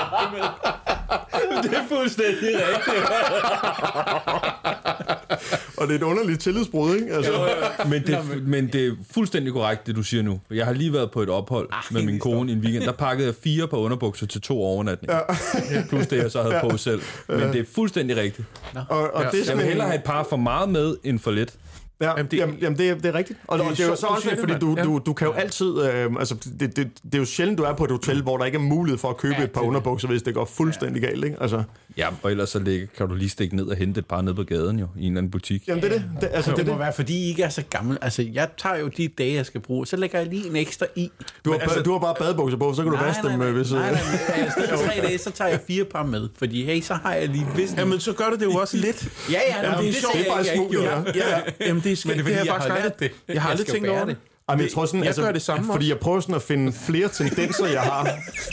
Det er fuldstændig rigtigt. og det er et underligt tillidsbrud, ikke? Altså. Men det, men det er fuldstændig korrekt, det du siger nu. Jeg har lige været på et ophold ah, med min kone i en weekend. Der pakkede jeg fire par underbukser til to overnatninger. Ja. Plus det, jeg så havde ja. på selv. Men det er fuldstændig rigtigt. Og, og ja. det er jeg vil hellere have et par for meget med, end for lidt. Ja, jamen det, jamen, jamen det, er, det er rigtigt. Og det, og det er jo så også, fordi du, ja. du, du kan jo altid... Øh, altså, det, det, det er jo sjældent, du er på et hotel, hvor der ikke er mulighed for at købe ja, et par underbukser, hvis det går fuldstændig ja. galt, ikke? Altså. Ja, og ellers så ligge, kan du lige stikke ned og hente et par ned på gaden jo, i en eller anden butik. Jamen det er det. Det, altså, det, det, det må det. være, fordi I ikke er så gammel. Altså, jeg tager jo de dage, jeg skal bruge, så lægger jeg lige en ekstra i. Du har, altså, du har bare badebukser på, så kan nej, du vaske nej, dem, nej, hvis... Nej, nej, nej. I stedet for tre dage, så tager jeg fire par med. Fordi, hey, så har jeg lige vidst... Jamen, så gør det det jo også lidt. Ja, ja, jamen, det er sjovt. Det er bare smuk, jo. Ja, jamen, det er skægt. Det har jeg faktisk aldrig... Det. Jeg har aldrig tænkt over det. Jamen, jeg tror sådan, jeg altså, gør det samme fordi også. jeg prøver sådan at finde flere tendenser, jeg har.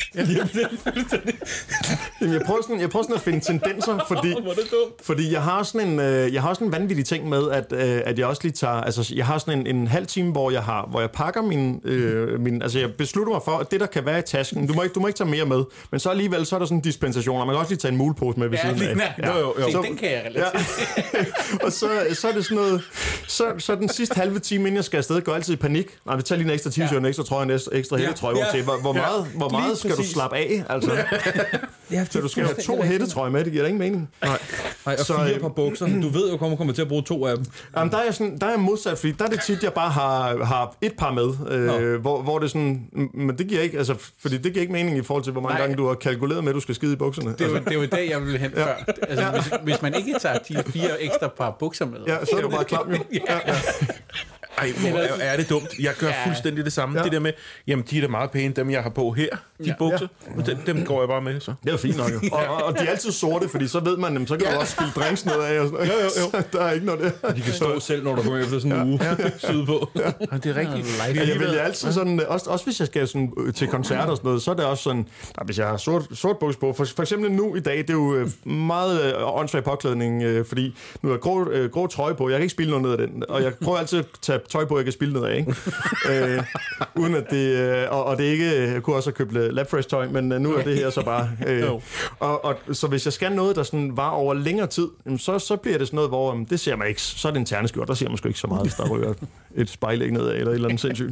Jamen, jeg prøver sådan, jeg prøver sådan at finde tendenser, fordi, fordi jeg har sådan en, øh, jeg har sådan en vanvittig ting med, at, øh, at jeg også lige tager, altså jeg har sådan en, en halv time, hvor jeg har, hvor jeg pakker min, øh, min, altså jeg beslutter mig for, at det der kan være i tasken, du må ikke, du må ikke tage mere med, men så alligevel så er der sådan dispensationer, man kan også lige tage en mulepose med ved ja, siden af. Ja, jo, jo, jo. Så, den kan jeg relatere. Ja. Og så, så er det sådan noget, så, så den sidste halve time, inden jeg skal afsted, går altid i panik. Nej, vi tager lige en ekstra t-shirt, ja. en ekstra trøje, en ekstra, ekstra hættetrøje ja. til. Hvor, hvor meget, hvor meget skal præcis. du slappe af, altså? Ja, så du skal have to hættetrøjer med, det giver da ingen mening. Nej, Nej og så, fire par bukser. Du ved jo, kommer kommer til at bruge to af dem. Jamen, der er, sådan, der er modsat, fordi der er det tit, jeg bare har, har et par med, øh, hvor, hvor det er sådan, men det giver ikke, altså, fordi det giver ikke mening i forhold til, hvor mange Nej. gange du har kalkuleret med, at du skal skide i bukserne. Det er jo, det er jo det, jeg ville hen ja. før. Altså, ja. hvis, hvis man ikke tager de fire ekstra par bukser med. Ja, så er du bare klam, jo. Ja. Ja. Ej, hvor er, er det dumt. Jeg gør ja. fuldstændig det samme. Ja. Det der med, jamen, de er da meget pæne, dem jeg har på her, de ja. bukser. Ja. Dem, dem går jeg bare med, så. Det er jo fint nok, jo. Og, og, og de er altid sorte, fordi så ved man dem, så kan ja. du også spille drinks ned af. Og sådan. Jo, jo, jo. Der er ikke noget der. De kan stå selv, når du kommer efter sådan en uge ja. sydpå. Ja. Ja, det er rigtigt. Ja, jeg vil altid sådan, også, også hvis jeg skal sådan, til koncerter og sådan noget, så er det også sådan, der, hvis jeg har sort, sort buks på, for, for eksempel nu i dag, det er jo meget øh, åndssvag påklædning, øh, fordi nu er der grå, øh, grå trøje på, jeg kan ikke spille noget ned af den, og jeg prøver altid at tage tøj på, jeg kan spille ned af, ikke? øh, uden at det, øh, og, og det ikke, jeg kunne også have købt Labfresh tøj, men øh, nu er det her så bare, øh, og, og så hvis jeg skal noget, der sådan var over længere tid, så, så bliver det sådan noget, hvor um, det ser man ikke, så er det en terneskjort, der ser man sgu ikke så meget, hvis der ryger et spejlæg ned af, eller et eller andet sindssygt.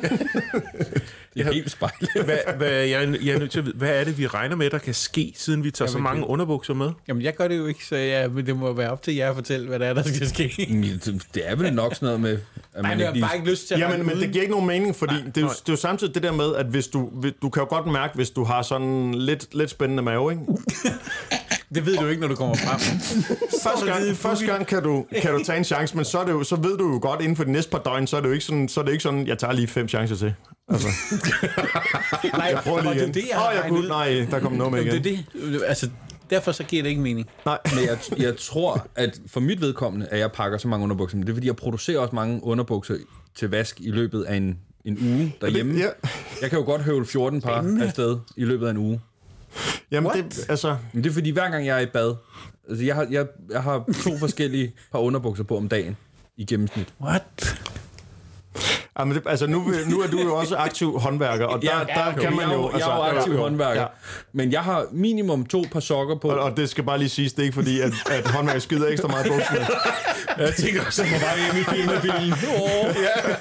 Det er helt spejlet. Hvad, hvad, jeg, jeg er nødt til at vide, hvad er det, vi regner med, der kan ske, siden vi tager Jamen, så mange det. underbukser med? Jamen, jeg gør det jo ikke, så jeg, det må være op til jer at fortælle, hvad der er, der skal ske. Det er vel nok sådan noget med... At Nej, man jeg har ikke bare ikke lyst til at... Jamen, men det giver ikke nogen mening, fordi Nej. det, er jo, det er jo samtidig det der med, at hvis du... Du kan jo godt mærke, hvis du har sådan lidt, lidt spændende mave, ikke? Det ved du ikke, når du kommer frem. første, gang, første gang kan du, kan du tage en chance, men så, er det jo, så ved du jo godt, inden for de næste par døgn, så er det jo ikke sådan, så er det ikke sådan jeg tager lige fem chancer til. Altså. Nej, jeg prøver lige igen. Det, jeg oh, jeg kunne, nej, der kom noget med igen. Det, det, altså, derfor så giver det ikke mening. Nej. Men jeg, jeg tror, at for mit vedkommende, at jeg pakker så mange underbukser, men det er fordi, jeg producerer også mange underbukser til vask i løbet af en, en uge derhjemme. Ja. Jeg kan jo godt høvle fjorten par afsted i løbet af en uge. Jamen, det, altså... Men det er fordi, hver gang jeg er i bad, altså jeg har, jeg, jeg har to forskellige par underbukser på om dagen i gennemsnit. What? Ja, men det, altså nu, nu er du jo også aktiv håndværker, og der, ja, der kan man jo... Jeg, altså, jeg er jo aktiv ja, håndværker, ja. Men jeg har minimum to par sokker på. Og, og det skal bare lige siges, det er ikke fordi, at, at håndværker skyder ekstra meget på bukserne. Jeg tænker også, at man bare hjemme i filmebilen. Oh.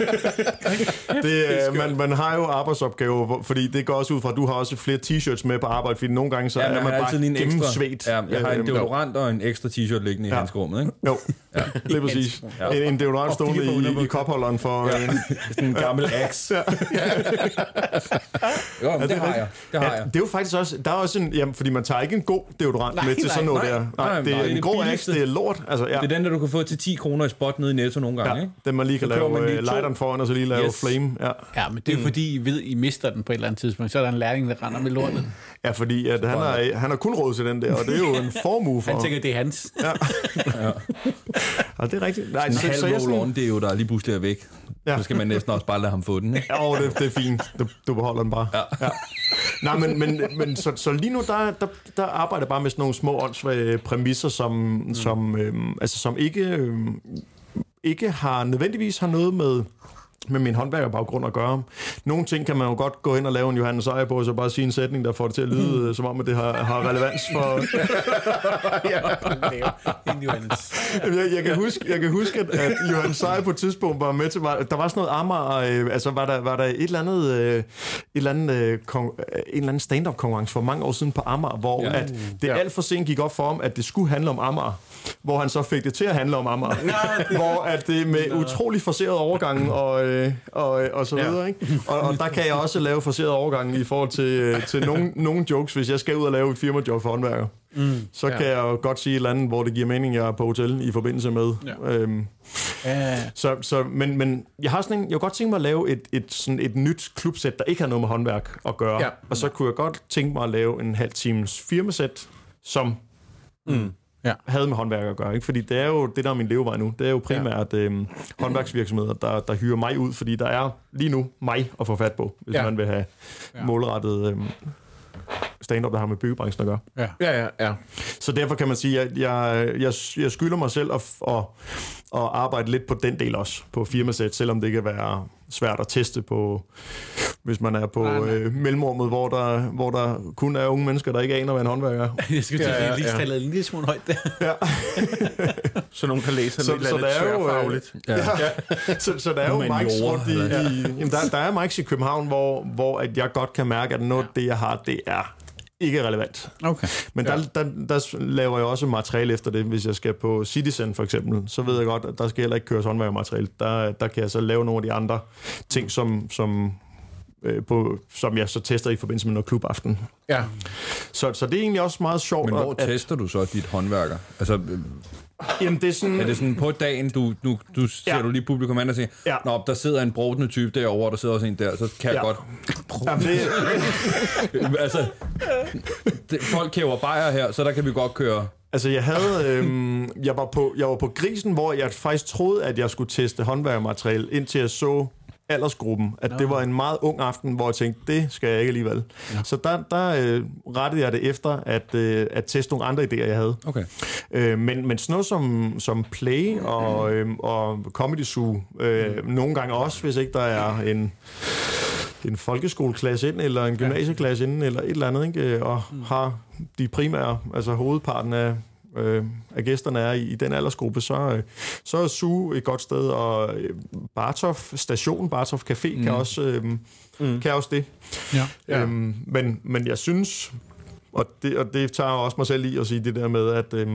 Det, man, man har jo arbejdsopgaver, fordi det går også ud fra, at du har også flere t-shirts med på arbejde, fordi nogle gange så ja, er man bare gennemsvedt. Ja, jeg har en deodorant og en ekstra t-shirt liggende i ja. handskerummet, ikke? Jo, ja. Det er præcis. Ja. En, en deodorant stående i, i kopholderen for... Ja. Sådan en gammel axe. Ja. Jo, men ja, det, det har jeg. Det har ja, jeg. Det er jo faktisk også... Der er også en... Jamen, fordi man tager ikke en god deodorant nej, med til sådan noget nej, der. Nej, nej, det er nej, en god axe, det er lort. Altså, ja. Det er den, der du kan få til ti kroner i spot nede i Netto nogle gange, ja, ikke? Den man lige kan så lave lighteren foran, og så lige lave yes. flame. Ja. Ja, men det er mm. fordi, I ved, I mister den på et eller andet tidspunkt. Så er der en lærling, der render med lortet. Ja, fordi at han, har, han har kun råd til den der, og det er jo en formue for... Han tænker, det er hans. Ja. Ja. Ja, det er rigtigt. Nej, en så, halv så roll sådan... det er jo, der lige pludselig er væk. Ja. Så skal man næsten også bare lade ham få den, ikke? Ja, oh, det, det er fint. Du, du beholder den bare. Ja. Ja. Nej, men, men, men så, så lige nu, der, der, der arbejder jeg bare med sådan nogle små åndssvage præmisser, som, mm. som, øhm, altså, som ikke, øhm, ikke har nødvendigvis har noget med... med min håndværkerbaggrund at gøre. Nogle ting kan man jo godt gå ind og lave en Johannes Sejer på, og så bare sige en sætning, der får det til at lyde, mm. som om, at det har, har relevans for... En Johannes. jeg, jeg, kan huske, jeg kan huske, at, at Johannes Sejer på et tidspunkt var med til... Var, der var sådan noget Amager... Øh, altså, var der, var der et eller andet... Øh, et eller andet øh, kon, en eller anden stand-up-konkurrence for mange år siden på Amager, hvor ja. at det alt for sent gik op for ham, at det skulle handle om Amager. Hvor han så fik det til at handle om Amager. hvor at det med utrolig forceret overgang og, øh, og, og så videre. Ja. Ikke? Og, og der kan jeg også lave forceret overgang i forhold til, til nogle, nogle jokes, hvis jeg skal ud og lave et firmajob for håndværker. Mm. Så ja. kan jeg jo godt sige et eller andet, hvor det giver mening, jeg er på hotel i forbindelse med. Ja. Øhm, ja. Så, så, men, men jeg har sådan en, jeg kunne godt tænke mig at lave et, et, sådan et nyt klubsæt, der ikke har noget med håndværk at gøre. Ja. Og så kunne jeg godt tænke mig at lave en halv times firmasæt, som... Mm. Ja. havde med håndværk at gøre, ikke? Fordi det er jo det, der er min levevej nu. Det er jo primært ja. øh, håndværksvirksomheder, der, der hyrer mig ud, fordi der er lige nu mig at få fat på, hvis ja. man vil have ja. målrettet øh, stand-up, der har med byggebranchen at gøre. Ja. Ja, ja, ja. Så derfor kan man sige, at jeg, jeg, jeg skylder mig selv at, at, at arbejde lidt på den del også, på firmasæt, selvom det kan være svært at teste på, hvis man er på øh, mellemrummet, hvor der, hvor der kun er unge mennesker, der ikke aner, hvad en håndværker er. Jeg skulle til at lige stille en lille smule højt der. Ja. Så nogen kan læse så, noget så lidt sværfagligt. Ja. Ja. Ja. Så, så der er jo Mike's rundt i... i jamen der, der er Mike's i København, hvor, hvor at jeg godt kan mærke, at noget af det, jeg har, det er ikke relevant. Okay. Men der, ja. der, der, der laver jeg også materiale efter det. Hvis jeg skal på Citizen for eksempel, så ved jeg godt, at der skal heller ikke køres håndværkermateriale. Der, der kan jeg så lave nogle af de andre ting, som... som øh, på, som jeg så tester i forbindelse med noget klubaften. Ja. Så, så det er egentlig også meget sjovt. Men hvor at, tester du så dit håndværker? Altså, øh, jamen det er sådan... Er det sådan på dagen, du, du, du ser ja. du lige publikum an og siger, ja. Nå, der sidder en brodende type derovre, og der sidder også en der, så kan ja. jeg godt... Jamen, det... altså, det, folk kæver bajer her, så der kan vi godt køre... Altså, jeg havde... Øhm, jeg, var på, jeg var på Grisen, hvor jeg faktisk troede, at jeg skulle teste håndværkermateriale, indtil jeg så aldersgruppen, at no. det var en meget ung aften, hvor jeg tænkte, det skal jeg ikke alligevel. Ja. Så der, der øh, rettede jeg det efter, at, øh, at teste nogle andre idéer, jeg havde. Okay. Øh, men, men sådan noget som, som Play og, øh, og Comedy Zoo, øh, mm. nogle gange også, hvis ikke der er en, en folkeskoleklasse ind, eller en gymnasieklasse ind, eller et eller andet, ikke? Og mm. har de primære, altså hovedparten af Øh, af gæsterne er i, i den aldersgruppe, så, øh, så er Zoo et godt sted, og øh, Bartof Station, Bartof Café mm. kan, også, øh, mm. kan også det. Ja. Ja. Øhm, men, men jeg synes, og det, og det tager også mig selv i at sige det der med, at, øh,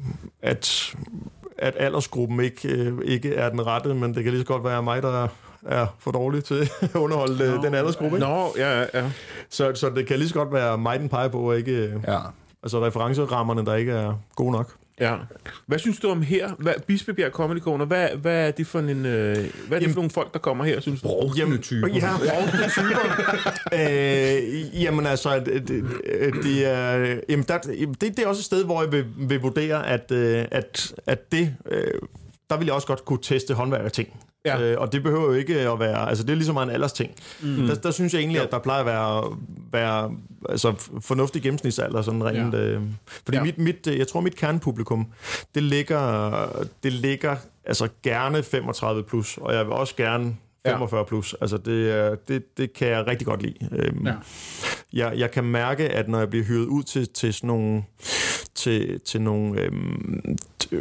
at, at aldersgruppen ikke, øh, ikke er den rette, men det kan lige så godt være mig, der er for dårlig til at underholde no, den aldersgruppe. Nå, ja, ja. Så, så det kan lige så godt være mig, den peger på, og ikke... Øh, ja. Altså referencerammerne, der ikke er gode nok. Ja. Hvad synes du om her? Hvad, Bispebjerg Comedy Corner, hvad, hvad er det for en, øh, hvad er det jamen, for nogle folk, der kommer her, synes du? Brugende typer. Ja, brugende typer. øh, jamen altså, det, det, er, jamen, der, det, det er også et sted, hvor jeg vil, vil vurdere, at, at, at det, der vil jeg også godt kunne teste håndværkerting. Ja. Øh, og det behøver jo ikke at være... Altså, det er ligesom en aldersting. Mm. Der, der synes jeg egentlig, at der plejer at være, være altså, fornuftig gennemsnitsalder, sådan rent... Ja. Øh, fordi ja. mit, mit, jeg tror, mit kernepublikum, det ligger, det ligger altså gerne femogtredive plus, og jeg vil også gerne femogfyrre plus. Altså, det, det, det kan jeg rigtig godt lide. Øhm, ja. jeg, jeg kan mærke, at når jeg bliver hyret ud til, til sådan nogle... til, til nogle øhm,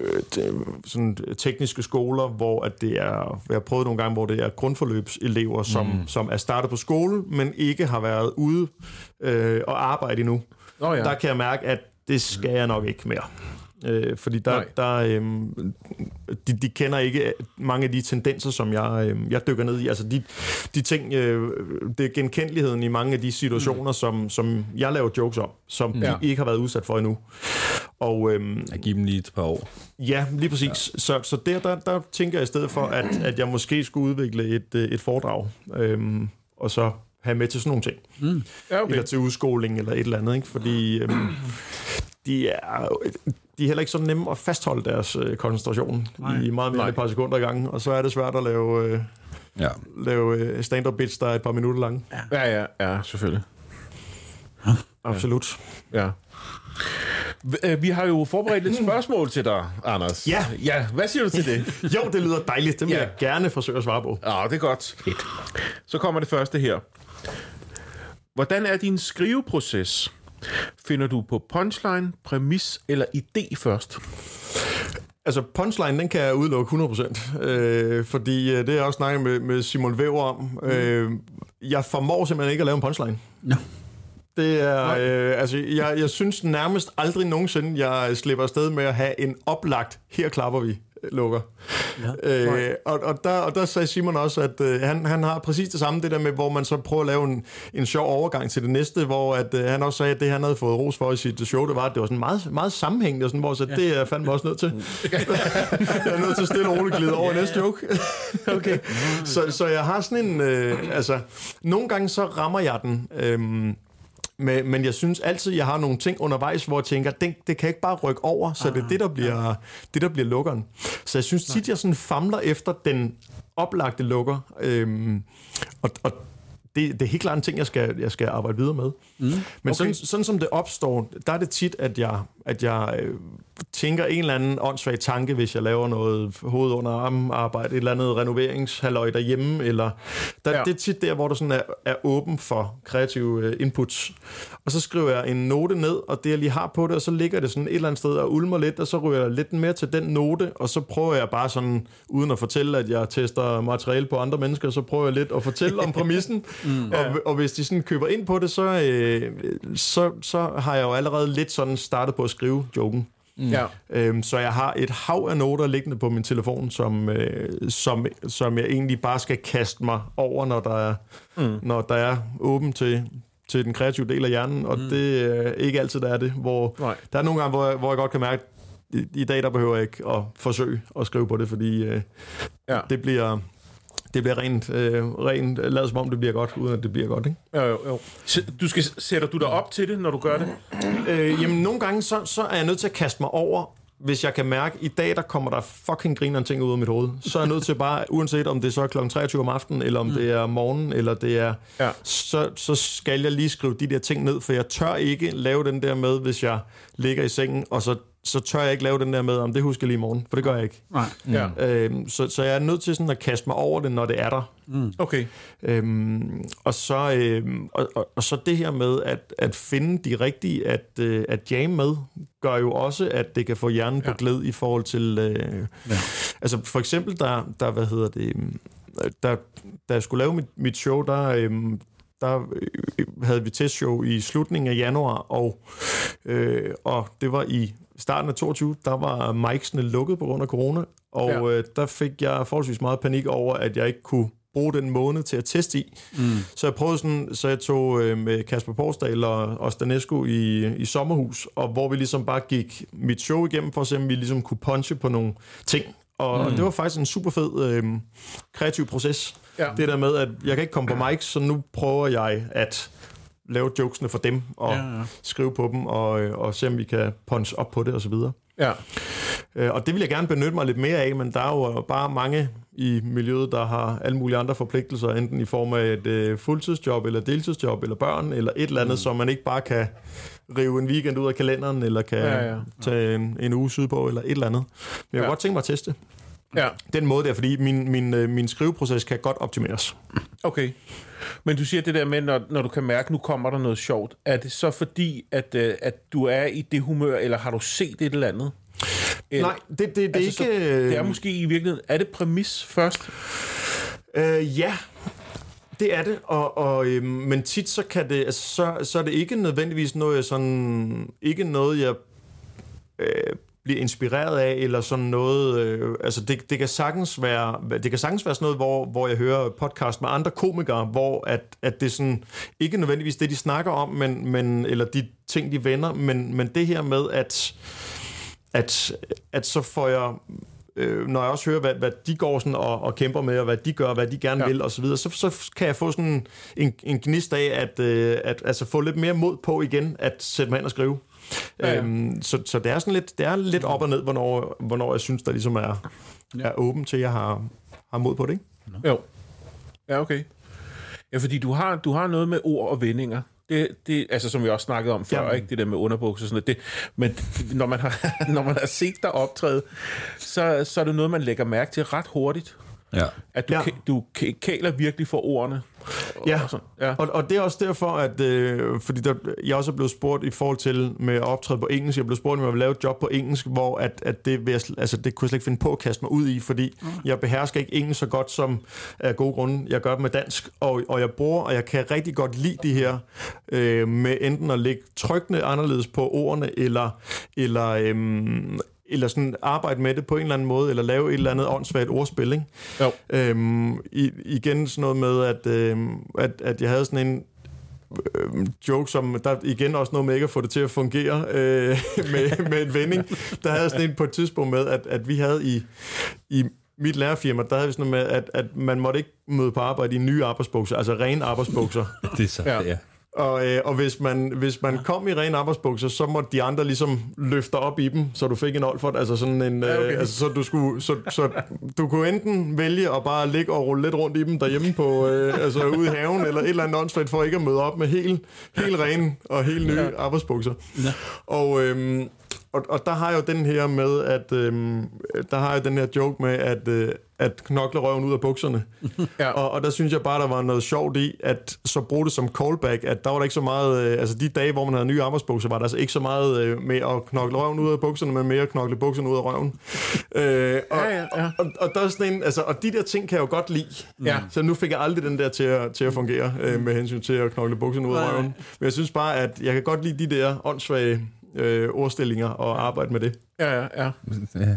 sådan tekniske skoler, hvor at det er, jeg har prøvet nogle gange, hvor det er grundforløbselever, som, mm. som er startet på skole, men ikke har været ude øh, og arbejde endnu. Oh, ja. Der kan jeg mærke, at det skal jeg nok ikke mere. Øh, fordi der, der øhm, de, de kender ikke mange af de tendenser, som jeg, øhm, jeg dykker ned i. Altså de, de ting, øh, det er genkendeligheden i mange af de situationer, mm. som, som jeg laver jokes om, som mm. de ikke har været udsat for endnu. Og, øhm, jeg giver dem lige et par år. Ja, lige præcis. Ja. Så, så der, der, der tænker jeg i stedet for, at, at jeg måske skulle udvikle et, et foredrag, øhm, og så have med til sådan nogle ting. Mm. Ja, okay. Eller til udskoling, eller et eller andet. Ikke? Fordi øhm, de er... De er heller ikke så nemme at fastholde deres øh, koncentration Nej. i meget mere end et par sekunder i gangen, og så er det svært at lave, øh, ja. lave øh, stand-up bits, der er et par minutter lange. Ja, ja, ja, ja selvfølgelig. Absolut. Ja. Vi har jo forberedt et spørgsmål til dig, Anders. Ja. Ja, hvad siger du til det? Jo, det lyder dejligt. Det vil Ja. jeg gerne forsøge at svare på. Ja, det er godt. Så kommer det første her. Hvordan er din skriveproces? Finder du på punchline, præmis eller idé først? Altså, punchline, den kan jeg udelukke hundrede procent. Øh, fordi øh, det har jeg også snakket med, med Simon Væver om. Mm. Øh, jeg formår simpelthen ikke at lave en punchline. Nå. Det er, øh, altså, jeg, jeg synes nærmest aldrig nogensinde, jeg slipper afsted med at have en oplagt, her klapper vi, lukker. Ja. Øh, og, og, der, og der sagde Simon også, at øh, han, han har præcis det samme, det der med, hvor man så prøver at lave en, en sjov overgang til det næste, hvor at, øh, han også sagde, at det han havde fået ros for i sit show, det var, at det var sådan meget, meget sammenhængende, sådan, hvor så ja. det er jeg fandme også nødt til. Jeg er nødt til at stille og roligt glide over ja, næste joke. Okay. så, så jeg har sådan en, øh, altså, nogle gange så rammer jeg den, øh, Men, men jeg synes altid, jeg har nogle ting undervejs, hvor jeg tænker, det, det kan ikke bare rykke over, så ah, det er det, der bliver, ja. det, der bliver lukkeren. Så jeg synes tit, jeg sådan famler efter den oplagte lukker. Øhm, og og det, det er helt klart en ting, jeg skal, jeg skal arbejde videre med. Mm, okay. Men sådan, sådan som det opstår, der er det tit, at jeg, at jeg øh, tænker en eller anden åndssvag tanke, hvis jeg laver noget hoved under armen arbejde, et eller andet renoveringshalløj derhjemme, eller der, ja. det er tit der, hvor du sådan er, er åben for kreative øh, inputs. Og så skriver jeg en note ned, og det jeg lige har på det, og så ligger det sådan et eller andet sted og ulmer lidt, og så ryger jeg lidt mere til den note, og så prøver jeg bare sådan, uden at fortælle, at jeg tester materiale på andre mennesker, så prøver jeg lidt at fortælle om præmissen, mm, ja. og, og hvis de sådan køber ind på det, så, øh, så, så har jeg jo allerede lidt sådan startet på at skrive joken. Mm. Ja. Øhm, så jeg har et hav af noter liggende på min telefon, som, øh, som, som jeg egentlig bare skal kaste mig over, når der er, mm. når der er åben til, til den kreative del af hjernen, og mm. det er ikke altid, der er det. Hvor, der er nogle gange, hvor jeg, hvor jeg godt kan mærke, at i, i dag der behøver jeg ikke at forsøge at skrive på det, fordi øh, ja. det bliver... Det bliver rent, øh, rent lavet som om det bliver godt, uden at det bliver godt, ikke? Jo, jo, jo. Du skal, sætter du dig op til det, når du gør det? Øh, jamen, nogle gange, så, så er jeg nødt til at kaste mig over, hvis jeg kan mærke, at i dag, der kommer der fucking grineren ting ud af mit hoved. Så er jeg nødt til bare, uanset om det så er klokken treogtyve om aftenen, eller om mm. det er morgen, eller det er... Ja. Så, så skal jeg lige skrive de der ting ned, for jeg tør ikke lave den der med, hvis jeg ligger i sengen, og så så tør jeg ikke lave den der med, om det husker jeg lige i morgen, for det gør jeg ikke. Nej. Ja. Øhm, så, så jeg er nødt til sådan at kaste mig over det, når det er der. Mm. Okay. Øhm, og, så, øhm, og, og, og så det her med at, at finde de rigtige, at, øh, at jam med, gør jo også, at det kan få hjernen ja. på glæd i forhold til... Øh, ja. Altså for eksempel, der, der hvad hedder det... Der, da jeg skulle lave mit, mit show, der... Øh, der havde vi testshow i slutningen af januar, og, øh, og det var i starten af toogtyve, der var mic'sene lukket på grund af corona, og ja. øh, der fik jeg forholdsvis meget panik over, at jeg ikke kunne bruge den måned til at teste i. Mm. Så jeg prøvede sådan, så jeg tog øh, med Kasper Porsdal og, og Stanesco i, i sommerhus, og hvor vi ligesom bare gik mit show igennem, for at se, om vi ligesom kunne punche på nogle ting. Og mm. det var faktisk en super fed øh, kreativ proces. Ja. Det der med, at jeg kan ikke komme på mics, så nu prøver jeg at lave jokesene for dem, og ja, ja. skrive på dem, og, og se, om vi kan punche op på det, og så videre. Ja. Øh, og det vil jeg gerne benytte mig lidt mere af, men der er jo bare mange i miljøet, der har alle mulige andre forpligtelser, enten i form af et øh, fuldtidsjob, eller deltidsjob, eller børn, eller et eller andet, mm. som man ikke bare kan rive en weekend ud af kalenderen, eller kan ja, ja, ja. tage en, en uge sydpå, eller et eller andet. Men jeg kunne ja. godt tænke mig at teste. Ja. Den måde der, fordi min, min, min skriveproces kan godt optimeres. Okay. Men du siger det der med, når, når du kan mærke, nu kommer der noget sjovt. Er det så fordi, at, at du er i det humør, eller har du set et eller andet? Eller, Nej, det, det, det er altså, ikke... Så, det er måske i virkeligheden... Er det præmis først? Øh, ja, det er det. Og, og, øh, men tit så kan det... Altså, så, så er det ikke nødvendigvis noget, jeg sådan... Ikke noget, jeg... Øh, bliver inspireret af, eller sådan noget, øh, altså det, det kan sagtens være, det kan sagtens være sådan noget, hvor, hvor jeg hører podcast med andre komikere, hvor at, at det sådan, ikke nødvendigvis det, de snakker om, men, men, eller de ting, de vender, men, men det her med, at, at, at så får jeg, øh, når jeg også hører, hvad, hvad de går sådan og, og kæmper med, og hvad de gør, hvad de gerne ja. vil, og så videre, så, så kan jeg få sådan en, en gnist af, at, øh, at altså få lidt mere mod på igen, at sætte mig ind og skrive. Ja, ja. Øhm, så, så det er sådan lidt, det er lidt op og ned, hvornår, hvornår jeg synes, der ligesom er, er åben til, at jeg har, har mod på det, ikke? Jo. Ja, okay. Ja, fordi du har, du har noget med ord og vendinger, Det, det, altså, som vi også snakkede om før, Jamen. ikke? Det der med underbukser og sådan noget. Det, men når man, har, når man har set dig optræde, så, så er det noget, man lægger mærke til ret hurtigt. Ja. At du, Ja. ja. du kæler virkelig for ordene. Ja, Og, sådan. ja. og, og det er også derfor, at øh, fordi der, jeg også er blevet spurgt i forhold til med at optræde på engelsk. Jeg blev spurgt, om jeg ville lave et job på engelsk, hvor at, at det, vil jeg, altså, det kunne jeg slet ikke finde på at kaste mig ud i, fordi mm. jeg behersker ikke engelsk så godt som af gode grunde. Jeg gør det med dansk, og, og jeg bruger, og jeg kan rigtig godt lide de her øh, med enten at lægge trykkende anderledes på ordene, eller, eller øhm, eller sådan arbejde med det på en eller anden måde, eller lave et eller andet åndssvagt ordspil, ikke? Jo. Øhm, i, igen sådan noget med, at, øhm, at, at jeg havde sådan en øhm, joke, som der igen også noget med ikke at få det til at fungere øh, med, med en vending. Der havde jeg sådan en på et tidspunkt med, at, at vi havde i, i mit lærerfirma, der havde vi sådan noget med, at, at man måtte ikke møde på arbejde i nye arbejdsbukser, altså rene arbejdsbukser. Det er så, ja. ja. Og, øh, og hvis man, hvis man kom i ren arbejdsbukser, så måtte de andre ligesom løfte op i dem, så du fik en Olfert, altså sådan en, Ja, okay. øh, altså så du skulle, så, så du kunne enten vælge at bare ligge og rulle lidt rundt i dem derhjemme på, øh, altså ude i haven, eller et eller andet åndssvagt for ikke at møde op med helt, helt rene og helt nye ja. arbejdsbukser. Ja. Og, øh, og, og der har jeg jo den her med, at øh, der har jeg den her joke med, at øh, at knokle røven ud af bukserne. Ja. Og, og der synes jeg bare, der var noget sjovt i, at så bruge det som callback, at der var der ikke så meget, øh, altså de dage, hvor man havde nye arbejdsbukser, var der altså ikke så meget øh, med at knokle røven ud af bukserne, men mere at knokle bukserne ud af røven. Øh, og, Ja, ja, ja. Og, og, der er sådan en, altså, og de der ting kan jeg jo godt lide. Ja. Så nu fik jeg aldrig den der til at, til at fungere, øh, med hensyn til at knokle bukserne ud af røven. Men jeg synes bare, at jeg kan godt lide de der åndssvage øh, ordstillinger og arbejde med det. Ja, ja, ja. ja.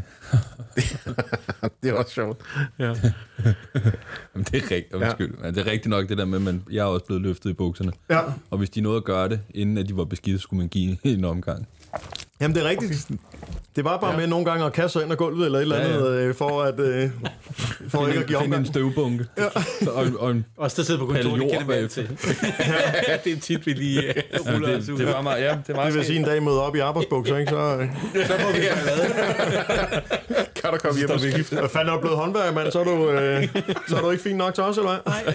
Det er også sjovt. Ja. Jamen, det er rigtigt. Undskyld. Ja. Det er rigtigt nok det der med, at jeg er også blevet løftet i bukserne. Ja. Og hvis de nåede at gøre det, inden at de var beskidte, skulle man give en omgang. Jamen, det er rigtigt. Det var bare ja. med nogle gange at kaste sig ind af gulvet eller et eller andet, ja, ja. Øh, for at øh, for ikke at give omgang. Finde en støvbunke. Ja. Og, og en også der sidder på kontoret, det kender vi altid. Ja, det er tit, vi lige uh, ruller ja, os ud. Det var meget, ja, det var det vil sige, en dag møde op i arbejdsbukser, ikke? Så, øh. så får vi ja. Kan du komme hjem og skifte? Hvad fanden er du blevet håndværker, mand? Så er du, øh, så er du ikke fin nok til os, eller hvad? Nej.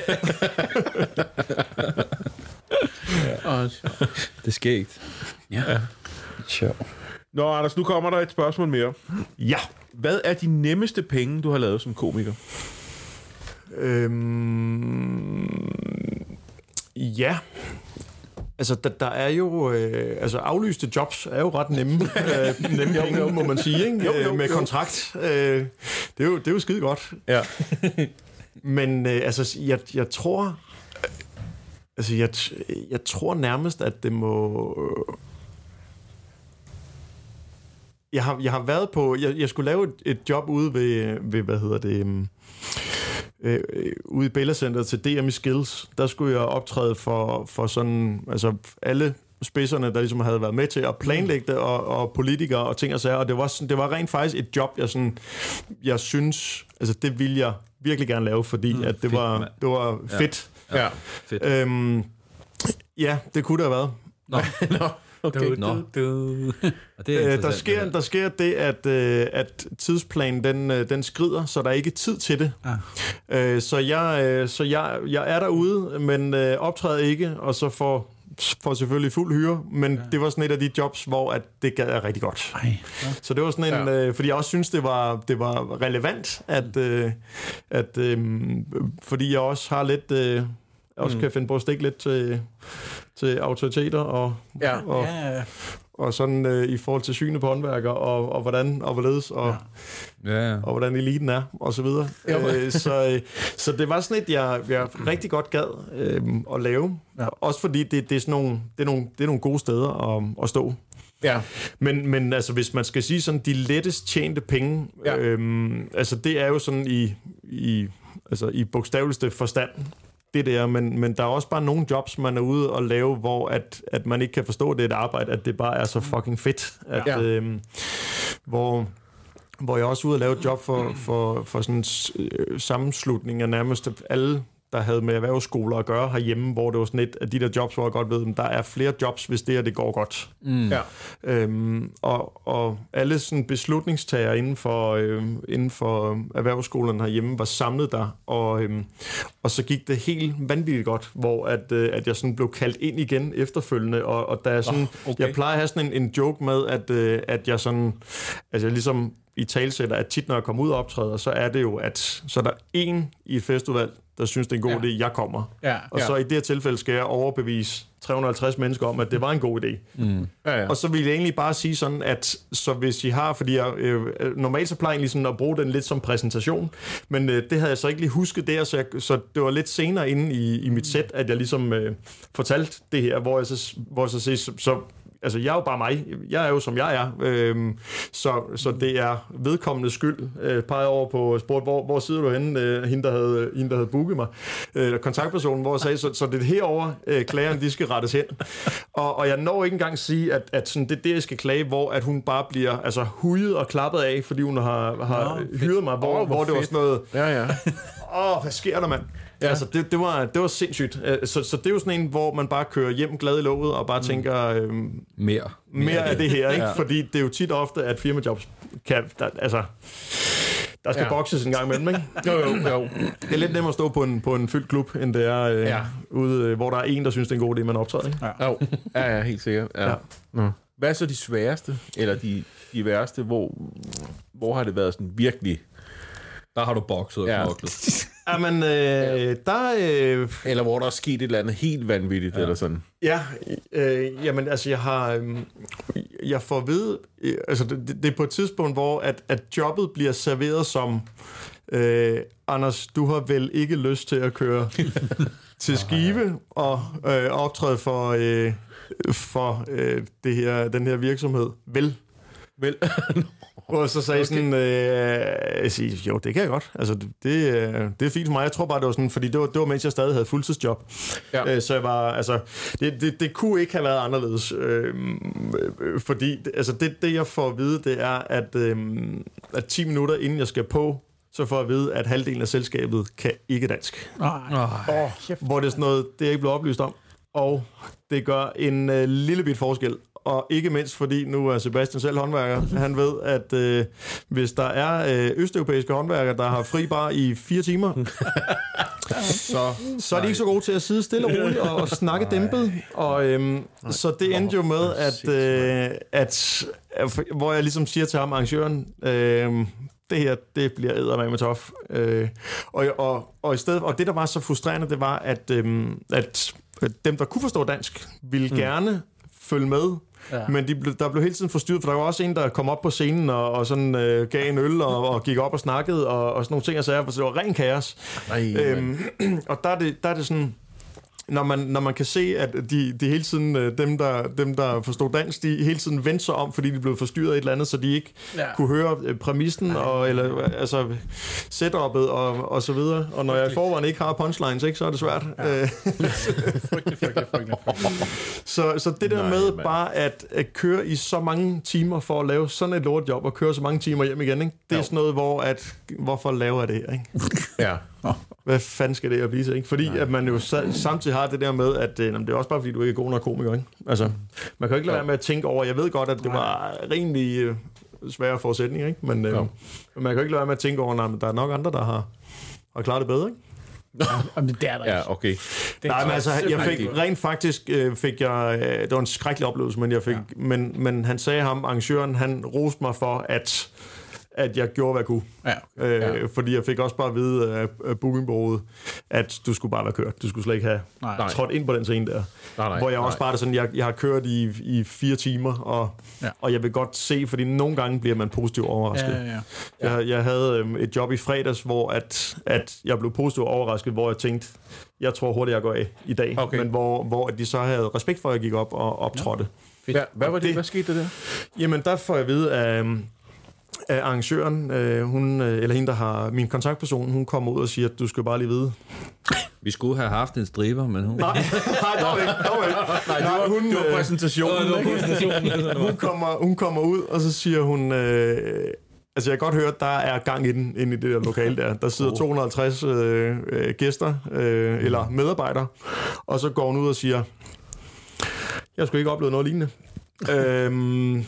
Ja. Det er skægt. Ja. Sjov. Nå, Anders, nu kommer der et spørgsmål mere. Ja. Hvad er de nemmeste penge, du har lavet som komiker? Øhm, ja. Altså, der, der er jo... Øh, altså, aflyste jobs er jo ret nemme. øh, nemme penge, må man sige, ikke? Jo, jo, med jo. kontrakt. Øh, det, er jo, det er jo skide godt. Ja. Men øh, altså, jeg, jeg tror... Altså, jeg, jeg tror nærmest, at det må... Jeg har, jeg har været på... Jeg, jeg skulle lave et, et job ude ved, ved hvad hedder det... Øh, ude i Bella Centeret til D M i Skills. Der skulle jeg optræde for, for sådan... Altså, alle spidserne, der ligesom havde været med til at planlægge det, og, og politikere og ting og sager. Og det var, sådan, det var rent faktisk et job, jeg sådan... Jeg synes... Altså, det ville jeg virkelig gerne lave, fordi mm, at det, fedt, var, det var fedt. Ja. Ja. Fedt. Øhm, ja, det kunne det have været. Nå. Nå. Okay. Du, du, du. Og det er øh, der, sker, der sker det, at, øh, at tidsplanen den, øh, den skrider, så der er ikke tid til det. Ah. Øh, så jeg, øh, så jeg, jeg er derude, men øh, optræder ikke, og så får, får selvfølgelig fuld hyre. Men ja. Det var sådan et af de jobs, hvor at det gad jeg rigtig godt. Ej. Ja. Så det var sådan en, ja. øh, fordi jeg også synes, det var, det var relevant, at, øh, at øh, fordi jeg også har lidt... Øh, også kan finde på at stikke lidt til, til autoriteter og, ja. og, ja. og sådan øh, i forhold til synet på håndværker og, og hvordan og hvorledes og, ja. Ja. og hvordan eliten er og så videre. Øh, så, øh, så det var sådan et, jeg, jeg rigtig godt gad øh, at lave. Ja. Også fordi det, det, er sådan nogle, det, er nogle, det er nogle gode steder at, at stå. Ja. Men, men altså, hvis man skal sige sådan, de lettest tjente penge, ja. øhm, altså det er jo sådan i, i, altså, i bogstaveligste forstand, det der, men, men der er også bare nogle jobs, man er ude og lave, hvor at, at man ikke kan forstå, at det er et arbejde, at det bare er så fucking fedt. At, ja. øhm, hvor, hvor jeg også er ude og lave et job for, for, for sådan en øh, sammenslutning af nærmest alle, der havde med erhvervsskoler at gøre herhjemme, hvor det var sådan et af de der jobs, hvor jeg godt ved, at der er flere jobs, hvis det her det går godt. Mm. Ja. Øhm, og, og alle sådan beslutningstager inden for, øh, inden for erhvervsskolerne herhjemme var samlet der, og, øh, og så gik det helt vanvittigt godt, hvor at, øh, at jeg sådan blev kaldt ind igen efterfølgende, og, og der er sådan, oh, okay. jeg plejer at have sådan en, en joke med, at, øh, at jeg sådan, altså jeg ligesom i talsætter, at tit når jeg kommer ud og optræder, så er det jo, at så er der en i et festival, der synes, det er en god ja. idé, jeg kommer. Ja. Og så ja. i det her tilfælde skal jeg overbevise tre hundrede og halvtreds mennesker om, at det var en god idé. Mm. Ja, ja. Og så vil jeg egentlig bare sige sådan, at så hvis I har, fordi jeg øh, normalt så plejer jeg ligesom at bruge den lidt som præsentation, men øh, det havde jeg så ikke lige husket der, så, jeg, så det var lidt senere inde i, i mit sæt, at jeg ligesom øh, fortalte det her, hvor jeg så, hvor jeg så siger, så, så altså, jeg er jo bare mig. Jeg er jo, som jeg er. Øhm, så, så det er vedkommende skyld. Øh, peger over på spurgt, hvor, hvor sidder du henne? Øh, hende, der havde, hende, der havde booket mig. Øh, kontaktpersonen, hvor jeg sagde, så, så det er herover øh, klageren, de skal rettes hen. Og, og jeg når ikke engang sige, at, at sådan, det er det, jeg skal klage, hvor at hun bare bliver altså, hujet og klappet af, fordi hun har, har Nå, hyret mig, hvor, oh, hvor, hvor det var sådan noget... Ja, ja. Åh, hvad sker der, mand? Ja. Altså, det, det, var, det var sindssygt. Så, så det er jo sådan en, hvor man bare kører hjem glad i låget og bare tænker... Øhm, mere. Mere af det her, ikke? Ja. Fordi det er jo tit ofte, at firmajobs kan... Der, altså, der skal ja. bokses en gang imellem, ikke? Jo, jo, jo. Det er lidt nemmere at stå på en, på en fyldt klub, end det er øh, ja. ude, hvor der er en, der synes, det er en god idé, man optræder, ikke? Ja, jo. Ja, ja, helt sikkert. Ja. Ja. Hvad er så de sværeste, eller de, de værste? Hvor, hvor har det været sådan virkelig... Der har du bokset og knoklet. Jamen, øh, der... Øh, eller hvor der er sket et eller andet helt vanvittigt, ja. eller sådan. Ja, øh, jamen altså, jeg har... Øh, jeg får at vide... Øh, altså, det, det er på et tidspunkt, hvor at, at jobbet bliver serveret som... Øh, Anders, du har vel ikke lyst til at køre til Skive og øh, optræde for, øh, for øh, det her, den her virksomhed. Vel? Vel? Og så sagde jeg sådan, øh, jeg siger, jo, det kan jeg godt. Altså, det, det er fint for mig. Jeg tror bare, det var sådan, fordi det var, det var mens jeg stadig havde fuldtidsjob. Ja. Øh, så jeg var, altså, det, det, det kunne ikke have været anderledes. Øh, fordi, altså, det, det jeg får at vide, det er, at, øh, at ti minutter inden jeg skal på, så får jeg at vide, at halvdelen af selskabet kan ikke dansk. Oh, oh, hvor det er sådan noget, det er ikke blevet oplyst om. Og det gør en øh, lille bit forskel. Og ikke mindst fordi, nu er Sebastian selv håndværker, han ved, at øh, hvis der er øh, østeuropæiske håndværkere, der har fri bar i fire timer, så, så er de ikke så gode til at sidde stille og roligt og, og snakke dæmpet. Og, øhm, så det endte jo med, at, øh, at, at hvor jeg ligesom siger til ham, arrangøren, øh, det her, det bliver eddermame med tof. Øh, og, og, og, i stedet, og det, der var så frustrerende, det var, at, øh, at dem, der kunne forstå dansk, ville mm. gerne følge med. Ja. Men de ble, der blev hele tiden forstyrret, for der var også en, der kom op på scenen og, og sådan, øh, gav en øl og, og gik op og snakkede og, og sådan nogle ting, og så det var ren kaos. Ej, øhm, og der er, det, der er det sådan, når man, når man kan se, at de, de hele tiden, dem der, dem, der forstod dansk, de hele tiden vendte sig om, fordi de blev forstyrret et eller andet, så de ikke ja. kunne høre præmissen, og, eller altså setup'et og, og så videre. Og når jeg i forvejen ikke har punchlines, ikke, så er det svært. Ja. frygtelig, frygtelig, frygtelig. Så, så det der Nej, med man. bare at, at køre i så mange timer for at lave sådan et lortjob, og køre så mange timer hjem igen, ikke? Det er jo. sådan noget, hvor at, hvorfor laver jeg det her, ikke? Ja. Hvad fanden skal det her blive til, ikke? Fordi Nej. at man jo samtidig har det der med, at øh, det er også bare fordi, du ikke er god nok komiker, ikke? Altså, man kan jo ikke lade være med at tænke over, jeg ved godt, at det var rimelig øh, svære forudsætninger, ikke? Men, øh, men man kan jo ikke lade være med at tænke over, at der er nok andre, der har, har klaret det bedre, ikke? Jamen, det er der ja, okay. Det Nej, men altså, jeg fik rent faktisk øh, fik jeg, øh, det var en skrækkelig oplevelse, men jeg fik, ja. men, men han sagde ham, arrangøren, han roste mig for, at at jeg gjorde, hvad jeg kunne. Ja, okay. øh, ja. Fordi jeg fik også bare at vide af bookingbureauet, at du skulle bare være kørt. Du skulle slet ikke have nej. trådt ind på den scene der. Nej, nej, hvor jeg nej. også bare det sådan, jeg, jeg har kørt i, i fire timer, og, ja. og jeg vil godt se, fordi nogle gange bliver man positivt overrasket. Ja, ja, ja. Jeg, jeg havde øhm, et job i fredags, hvor at, at jeg blev positivt overrasket, hvor jeg tænkte, jeg tror hurtigt, jeg går af i dag. Okay. Men hvor, hvor de så havde respekt for, at jeg gik op og optrådte. Ja. Hvad, hvad var det? det? Hvad skete der der? Jamen, der får jeg at vide, at af arrangøren, øh, hun, øh, eller hende, der har min kontaktperson, hun kommer ud og siger, at du skal bare lige vide. Vi skulle have haft en striber, men hun... Nej, nej, dog ikke, dog ikke. Nej, det var, hun, det var præsentationen. Øh, hun, kommer, hun kommer ud, og så siger hun, øh, Altså, jeg kan godt høre, at der er gang i den inde i det der lokale der. Der sidder to hundrede og halvtreds øh, øh, gæster, øh, eller medarbejdere, og så går hun ud og siger, jeg skulle ikke opleve noget lignende. øhm,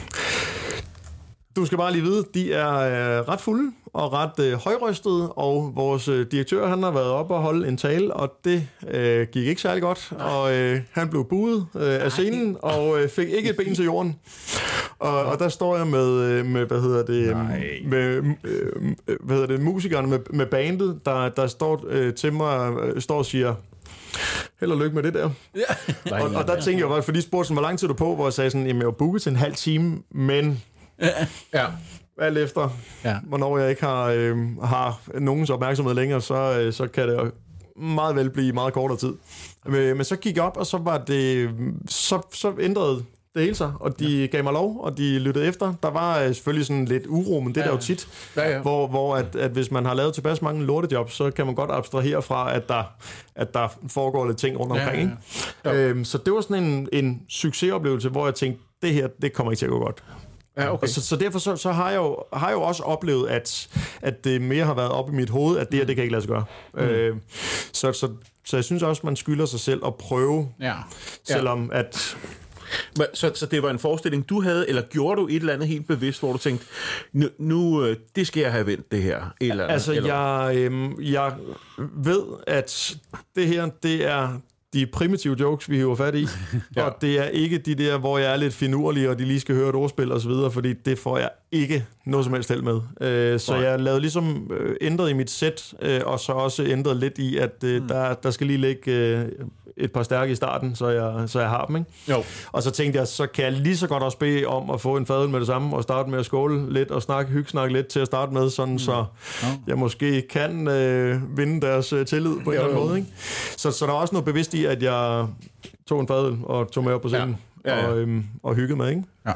du skal bare lige vide, de er øh, ret fulde og ret øh, højrøstede, og vores øh, direktør, han har været oppe og holde en tale, og det øh, gik ikke særlig godt, og øh, han blev buet øh, af scenen, og øh, fik ikke et ben til jorden. Og, og der står jeg med, med hvad hedder det, med, øh, hvad hedder det, musikerne med, med bandet, der, der står øh, til mig, øh, står og siger, held og lykke med det der. Ja. Og, og der tænkte jeg bare, for de spurgte sådan, hvor lang tid er du på, hvor jeg sagde sådan, jamen jeg var booket til en halv time, men ja. Alt efter, ja. Hvornår jeg ikke har, øh, har nogens opmærksomhed længere, så, øh, så kan det meget vel blive meget kortere tid. Men, men så gik jeg op, og så var det, så, så ændrede det hele sig, og de ja. gav mig lov, og de lyttede efter. Der var øh, selvfølgelig sådan lidt uro, men det ja, der jo tit, ja, ja. hvor, hvor at, at hvis man har lavet tilpas mange lortejobs, så kan man godt abstrahere fra, at der, at der foregår lidt ting rundt omkring. Ja, ja. Ja. Øhm, så det var sådan en, en succesoplevelse, hvor jeg tænkte, det her, det kommer ikke til at gå godt. Ja, okay. så, så derfor så, så har, jeg jo, har jeg jo også oplevet, at, at det mere har været op i mit hoved, at det her, det kan ikke lade sig gøre. Mm. Øh, så, så, så jeg synes også, man skylder sig selv at prøve, ja. selvom ja. at... Så, så det var en forestilling, du havde, eller gjorde du et eller andet helt bevidst, hvor du tænkte, nu, nu det skal jeg have vendt, det her? Eller, altså, eller? Jeg, øh, jeg ved, at det her, det er de primitive jokes, vi hiver fat i, ja. Og det er ikke de der, hvor jeg er lidt finurlig, og de lige skal høre et ordspil og så videre, fordi det får jeg ikke noget som helst held med. Øh, så Nej. jeg lavede ligesom øh, ændret i mit sæt, øh, og så også ændret lidt i, at øh, mm. der, der skal lige ligge øh, et par stærke i starten, så jeg, så jeg har dem, ikke? Jo. Og så tænkte jeg, så kan jeg lige så godt også bede om at få en fadøl med det samme, og starte med at skåle lidt, og snakke, hyggesnakke lidt til at starte med, sådan mm. så ja. jeg måske kan øh, vinde deres øh, tillid på en eller anden måde, ikke? Så, så der er også noget bevidst i, at jeg tog en fadøl og tog med op på scenen, ja. Ja, ja. Og, øhm, og hyggede med, ikke? Ja.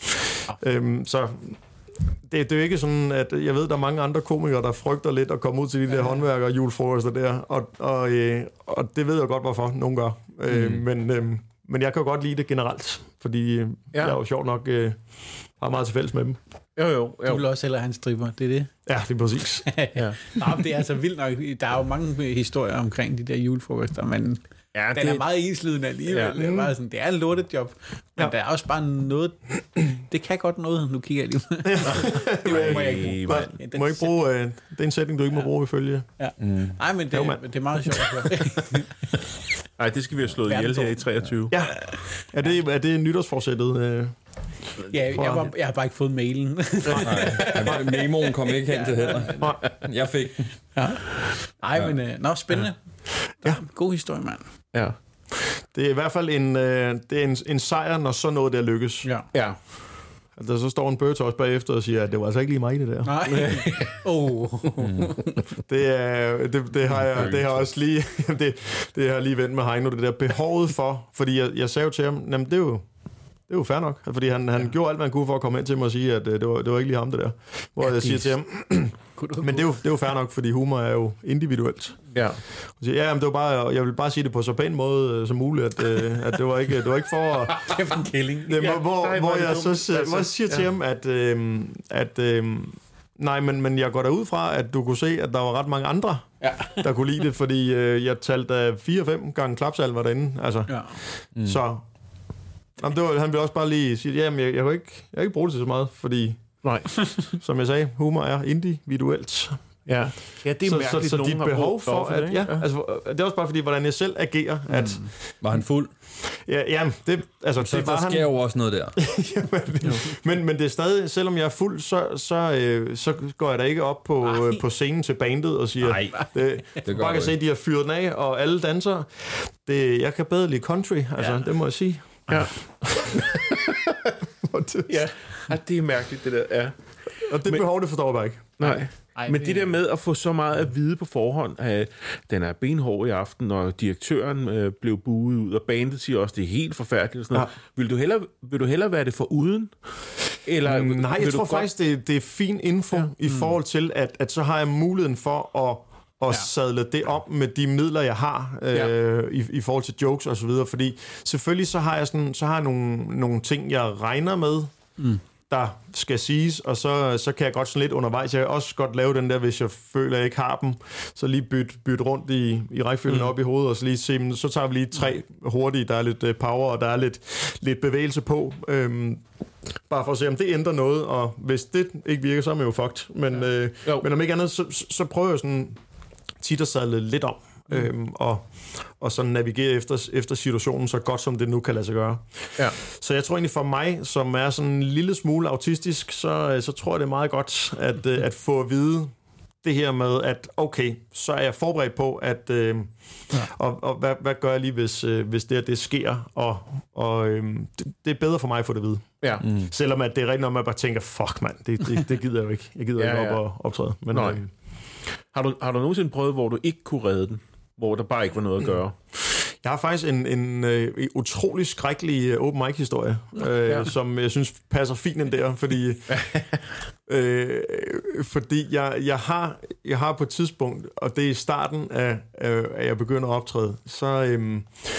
Øhm, så det, det er jo ikke sådan, at jeg ved, der er mange andre komikere, der frygter lidt at komme ud til de der ja. håndværkere og julefrokoster der, og, og, øh, og det ved jeg godt, hvorfor nogen gør. Mm. Øh, men, øh, men jeg kan jo godt lide det generelt, fordi ja. jeg er jo sjovt nok øh, har meget til fælles med dem. Jo, jo, jo. Du vil også hellere have en stripper, det er det? Ja, det er præcis. ja. Nå, det er altså vildt nok. Der er jo mange historier omkring de der julefrokoster, men ja, den det... er meget enslydende alligevel. Ja. Det er bare sådan, det er en lortet job, men ja. der er også bare noget, det kan godt noget. Nu kigger jeg lige. det må jeg ikke bruge. Du må ikke bruge, uh, det er en sætning, du ikke må ja. bruge ifølge. Ja. Mm. Nej, men det, jo, det er meget sjovt. Nej, det skal vi have slået ihjel her i treogtyve. Ja. Er det, er det nytårsforsættet? Uh... Ja, jeg, var, jeg har bare ikke fået mailen. Nej, memoen kom ikke hen til hænder. Jeg fik den. Ja. Nej, men uh, nå, spændende. Ja. God historie, mand. Ja. Det er i hvert fald en, øh, det er en, en sejr, når så noget der lykkes. Ja. Ja. Der så står en bøgetøjs bagefter og siger, at det var altså ikke lige mig, det der. Nej. oh. det, er, det, det, har jeg, det har også lige, det, det har lige vendt med Heino, det der behovet for, fordi jeg, jeg sagde jo til ham, jamen det er jo, det er jo fair nok, fordi han, han ja. gjorde alt, hvad han kunne for at komme ind til mig og sige, at det var, det var ikke lige ham, det der. Hvor ja, jeg siger til ham, men det er, jo, det er jo fair nok, fordi humor er jo individuelt. Ja. Siger, ja, men det var bare, jeg vil bare sige det på så pæn måde som muligt, at, at det var ikke, det var ikke for at... Det var en killing. Det, hvor, hvor, hvor jeg så siger, hvor jeg siger ja. til ham, at, øh, at øh, nej, men, men jeg går derud fra, at du kunne se, at der var ret mange andre, ja. der kunne lide det, fordi øh, jeg talte fire fem gange klapsalver derinde. Altså. Ja. Mm. Så jamen, det var, han ville også bare lige sige, jamen, jeg, jeg, kan ikke, jeg kan ikke bruge det til så meget, fordi... Nej. Som jeg sagde, humor er individuelt. Ja, ja det er så, mærkeligt, så, så de behov for, for at, det, ja, ja. Altså, det er også bare fordi, hvordan jeg selv agerer, mm. at... Var han fuld? Ja, ja det, altså... Så det der sker han, jo også noget der. Jamen, men, men det er stadig, selvom jeg er fuld, så, så, øh, så går jeg da ikke op på, øh, på scenen til bandet og siger... Nej, det, det bare kan se, at de har fyret den af, og alle danser. Det, jeg kan bedre lide country, altså, ja. det må jeg sige. Ja. ja. ja, det er mærkeligt, det der. Ja. Og det men, behov, det forstår jeg bare ikke. Nej. Ej, men det der med at få så meget at vide på forhånd, at den er benhård i aften, og direktøren øh, blev buet ud, og bandet siger også, det er helt forfærdeligt. Og sådan noget. Ja. Vil, du hellere, vil du hellere være det for uden? Eller, mm, nej, jeg tror godt... faktisk, det, det er fin info ja. i mm. forhold til, at, at så har jeg muligheden for at og ja. sadle det op med de midler, jeg har øh, ja. i, i forhold til jokes og så videre. Fordi selvfølgelig så har jeg, sådan, så har jeg nogle, nogle ting, jeg regner med, mm. der skal siges, og så, så kan jeg godt sådan lidt undervejs. Jeg kan også godt lave den der, hvis jeg føler, jeg ikke har dem, så lige bytte byt rundt i, i rækkefølgen mm. op i hovedet, og så lige se, men så tager vi lige tre hurtige, der er lidt uh, power, og der er lidt, lidt bevægelse på. Øhm, bare for at se, om det ændrer noget, og hvis det ikke virker, så er man jo fucked. Men, ja. øh, men om ikke andet, så, så prøver jeg sådan tit at sadle lidt om, mm. øhm, og, og så navigere efter, efter situationen så godt, som det nu kan lade sig gøre. Ja. Så jeg tror egentlig for mig, som er sådan en lille smule autistisk, så, så tror jeg, det er meget godt at, at få at vide det her med, at okay, så er jeg forberedt på, at øh, ja. og, og hvad, hvad gør jeg lige, hvis, øh, hvis det her, det sker, og, og øh, det, det er bedre for mig at få det at vide. Ja. Mm. Selvom at det er rigtigt, når man bare tænker, fuck mand, det, det, det gider jeg jo ikke. Jeg gider ja, ikke op ja. og optræde. Men, øh, har, du, har du nogensinde prøvet, hvor du ikke kunne redde den? Hvor der bare ikke var noget at gøre? Jeg har faktisk en, en, en utrolig skrækkelig open mic historie, øh, ja. som jeg synes passer fint ind der, fordi øh, fordi jeg, jeg har jeg har på et tidspunkt, og det er i starten af, af at jeg begynder at optræde, så øh,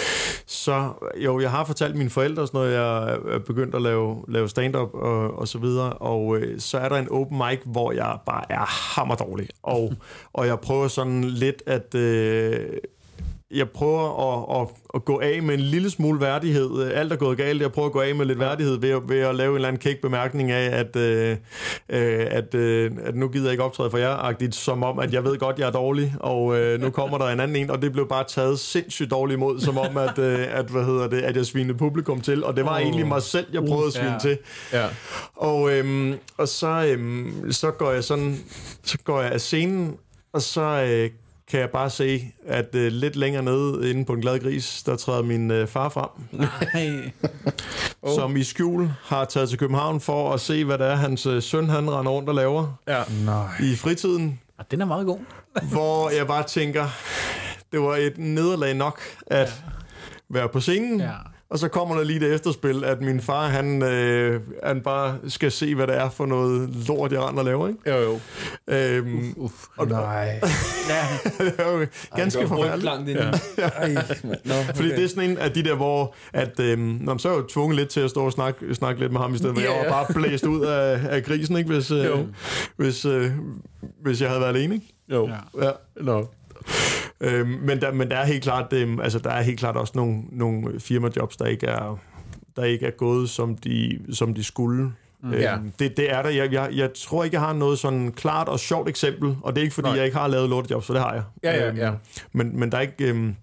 så jo jeg har fortalt mine forældre og sådan noget, jeg er begyndt at lave lave stand-up og, og så videre, og øh, så er der en open mic, hvor jeg bare er hammerdårlig, og og jeg prøver sådan lidt at øh, jeg prøver at, at, at gå af med en lille smule værdighed. Alt er gået galt. Jeg prøver at gå af med lidt værdighed ved, ved at lave en eller anden kæk bemærkning af, at, øh, at, øh, at nu gider jeg ikke optræde for jer-agtigt, som om, at jeg ved godt, jeg er dårlig, og øh, nu kommer der en anden en, og det blev bare taget sindssygt dårligt imod, som om, at, øh, at, hvad hedder det, at jeg svinede publikum til, og det var oh. egentlig mig selv, jeg prøvede at svine uh, yeah. til. Yeah. Og, øhm, og så, øhm, så går jeg sådan, så går jeg af scenen, og så øh, kan jeg bare se, at øh, lidt længere nede inde på en glad gris, der træder min øh, far frem. Nej. oh. Som i skjul har taget til København for at se, hvad det er, hans øh, søn han render rundt og laver ja. Nej. i fritiden. Og den er meget god. Hvor jeg bare tænker, det var et nederlag nok at ja. være på scenen. Ja. Og så kommer der lige det efterspil, at min far, han, øh, han bare skal se, hvad det er for noget lort, jeg render og laver, ikke? Jo, jo. Øhm, uff, uff. Og, nej. det er jo ganske Ej, forfærdeligt. Ja. Ja. Nå, okay. Fordi det er sådan en af de der, hvor at, øhm, så er jeg jo tvunget lidt til at stå og snakke, snakke lidt med ham, i stedet for yeah. jeg var bare blæst ud af, af grisen, ikke? Hvis, øh, hvis, øh, hvis jeg havde været alene, ikke? Jo. Ja. Ja. No. Øhm, men, der, men der er helt klart, øhm, altså der er helt klart også nogle, nogle firmajobs, der ikke er, der ikke er gået som de, som de skulle. Mm. Øhm, ja. det, det er der. Jeg, jeg, jeg tror ikke, jeg har noget sådan klart og sjovt eksempel, og det er ikke fordi, Nej. jeg ikke har lavet lortejobs, så det har jeg. Ja, ja, ja. Øhm, men, men der er ikke... Øhm,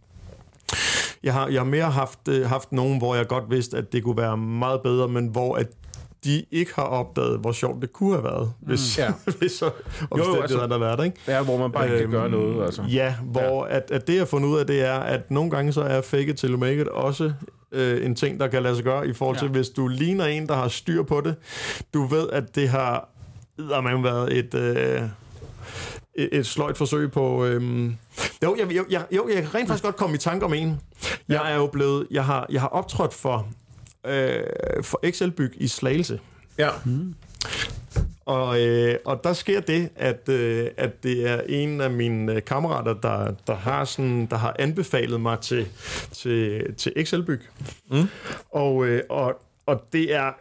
jeg har, jeg har mere haft, øh, haft nogen, hvor jeg godt vidste, at det kunne være meget bedre, men hvor at de ikke har opdaget, hvor sjovt det kunne have været, hvis, mm. ja. hvis så omstændighederne altså, der været der, ikke? Ja, hvor man bare ikke øhm, kan gøre noget, altså. Ja, hvor ja. At, at det, jeg har fundet ud af, det er, at nogle gange så er fake it till you make it også øh, en ting, der kan lade sig gøre, i forhold til, ja. hvis du ligner en, der har styr på det. Du ved, at det har eddermame været et... Øh, et sløjt forsøg på... Øhm... Jo, jeg, jeg, jeg, jo, jeg kan rent faktisk godt komme i tanke om en. Jeg er jo blevet... Jeg har, jeg har optrådt for... Øh, for X L-byg i Slagelse. Ja. Mm. Og, øh, og der sker det, at, øh, at det er en af mine kammerater, der, der, har, sådan, der har anbefalet mig til, til, til X L-byg. Mm. Og, øh, og, og det er...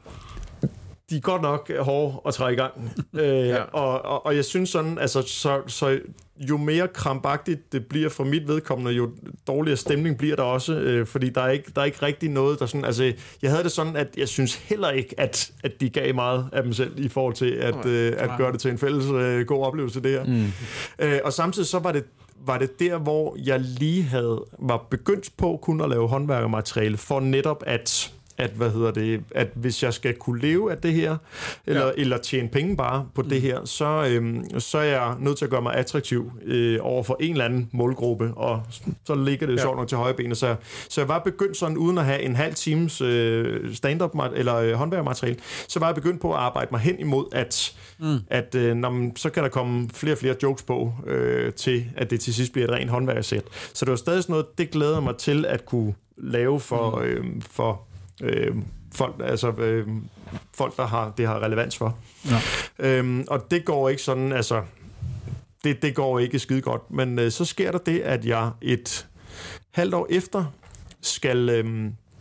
De er godt nok hårde at trække i gang. øh, ja. og, og, og jeg synes sådan, altså, så, så jo mere krampagtigt det bliver for mit vedkommende, jo dårligere stemning bliver der også, øh, fordi der er, ikke, der er ikke rigtig noget, der sådan, altså, jeg havde det sådan, at jeg synes heller ikke, at, at de gav meget af dem selv, i forhold til at, øh, at gøre det til en fælles øh, god oplevelse, det her. Mm. Øh, og samtidig så var det, var det der, hvor jeg lige havde, var begyndt på kun at lave håndværkermateriale, for netop at... at, hvad hedder det, at hvis jeg skal kunne leve af det her, eller, ja. eller tjene penge bare på mm. det her, så, øhm, så er jeg nødt til at gøre mig attraktiv øh, over for en eller anden målgruppe, og så ligger det ja. sjovt nok til højre benet. Så, så jeg var begyndt sådan, uden at have en halv times øh, stand-up eller øh, håndværkermateriale, så var jeg begyndt på at arbejde mig hen imod, at, mm. at øh, når, så kan der komme flere og flere jokes på, øh, til at det til sidst bliver et rent håndværkersæt. Så det var stadig sådan noget, det glæder mig til at kunne lave for, mm. øh, for Øh, folk, altså øh, folk, der har det har relevans for. Ja. Øhm, og det går ikke sådan, altså det, det går ikke skide godt, men øh, så sker der det, at jeg et halvt år efter skal øh,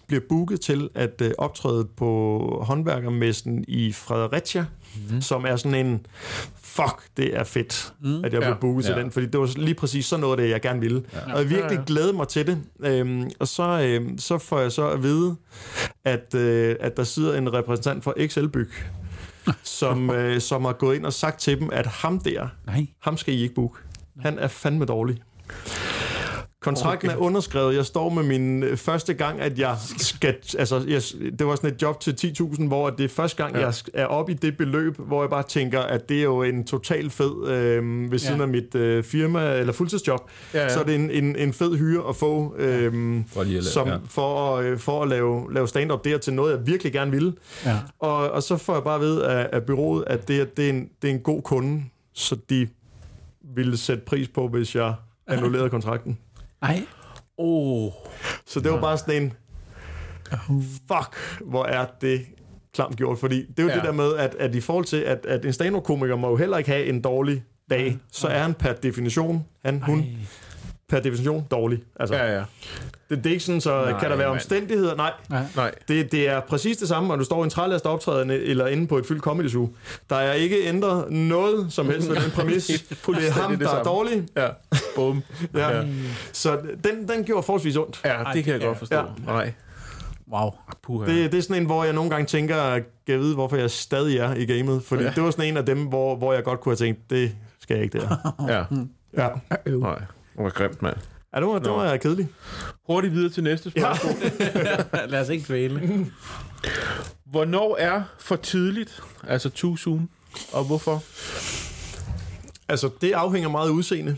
bliver booket til at øh, optræde på håndværkermessen i Fredericia, mm. som er sådan en, fuck, det er fedt, mm. at jeg blev booket ja. til ja. den, fordi det var lige præcis sådan noget, det jeg gerne ville. Ja. Og jeg virkelig ja, ja. glædede mig til det. Øhm, og så, øhm, så får jeg så at vide, at, øh, at der sidder en repræsentant for X L-byg, som, øh, som har gået ind og sagt til dem, at ham der, Nej. ham skal I ikke booke. Han er fandme dårlig. Kontrakten okay. er underskrevet. Jeg står med min øh, første gang, at jeg skal... Altså, jeg, det var sådan et job til ti tusind, hvor det er første gang, ja. jeg er oppe i det beløb, hvor jeg bare tænker, at det er jo en total fed, øh, ved siden ja. af mit øh, firma, eller fuldtidsjob, ja, ja. så er det en, en, en fed hyre at få, øh, for, at, som, ja. for, øh, for at lave, lave stand-up der til noget, jeg virkelig gerne ville. Ja. Og, og så får jeg bare ved af, af bureauet, at det, det, er en, det er en god kunde, så de ville sætte pris på, hvis jeg annullerede kontrakten. Ej. Oh. Så det var bare sådan en, fuck, hvor er det klamt gjort. Fordi det er jo ja. det der med, at, at i forhold til, at, at en stand-up-komiker må jo heller ikke have en dårlig dag, Ej. så er han per definition, han, hun, Ej. per definition dårlig. Altså, ja, ja. Det, det er ikke sådan, så nej, kan der være omstændigheder? Nej. Nej. Det, det er præcis det samme, når du står i en trælast optrædende eller inde på et fyldt comedy zoo. Der er ikke ændret noget som helst ved den præmis. Det er ham, der er dårlig. Ja. Boom. ja. Ja. Så den, den gjorde forholdsvis ondt. Ja, det kan jeg ja. godt forstå. Ja. Nej. Wow. Det, det er sådan en, hvor jeg nogle gange tænker, at jeg ved, hvorfor jeg stadig er i gamet. Fordi ja. det var sådan en af dem, hvor, hvor jeg godt kunne have tænkt, det skal jeg ikke der. ja. ja. Nej, det var grimt, mand. Ja, det var, det var kedeligt. Hurtigt videre til næste spørgsmål. Ja. Lad os ikke dvæle. Hvornår er for tidligt, altså too soon, og hvorfor? Altså, det afhænger meget af udseende.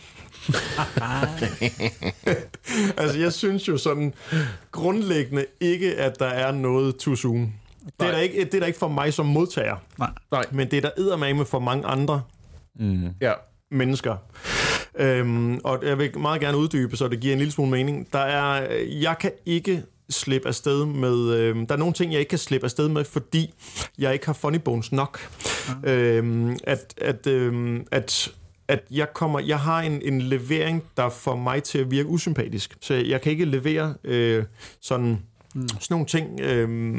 altså, jeg synes jo sådan grundlæggende ikke, at der er noget too soon. Det er, der ikke, det er der ikke for mig som modtager. Nej. Nej. Men det er der eddermame for mange andre mm. ja. mennesker. Øhm, og jeg vil meget gerne uddybe, så det giver en lille smule mening. Der er, jeg kan ikke slippe afsted med... Øh, der er nogle ting, jeg ikke kan slippe afsted med, fordi jeg ikke har funny bones nok. Mm. Øhm, at, at, øh, at, at jeg kommer... Jeg har en, en levering, der får mig til at virke usympatisk. Så jeg kan ikke levere øh, sådan, mm. sådan nogle ting... Øh,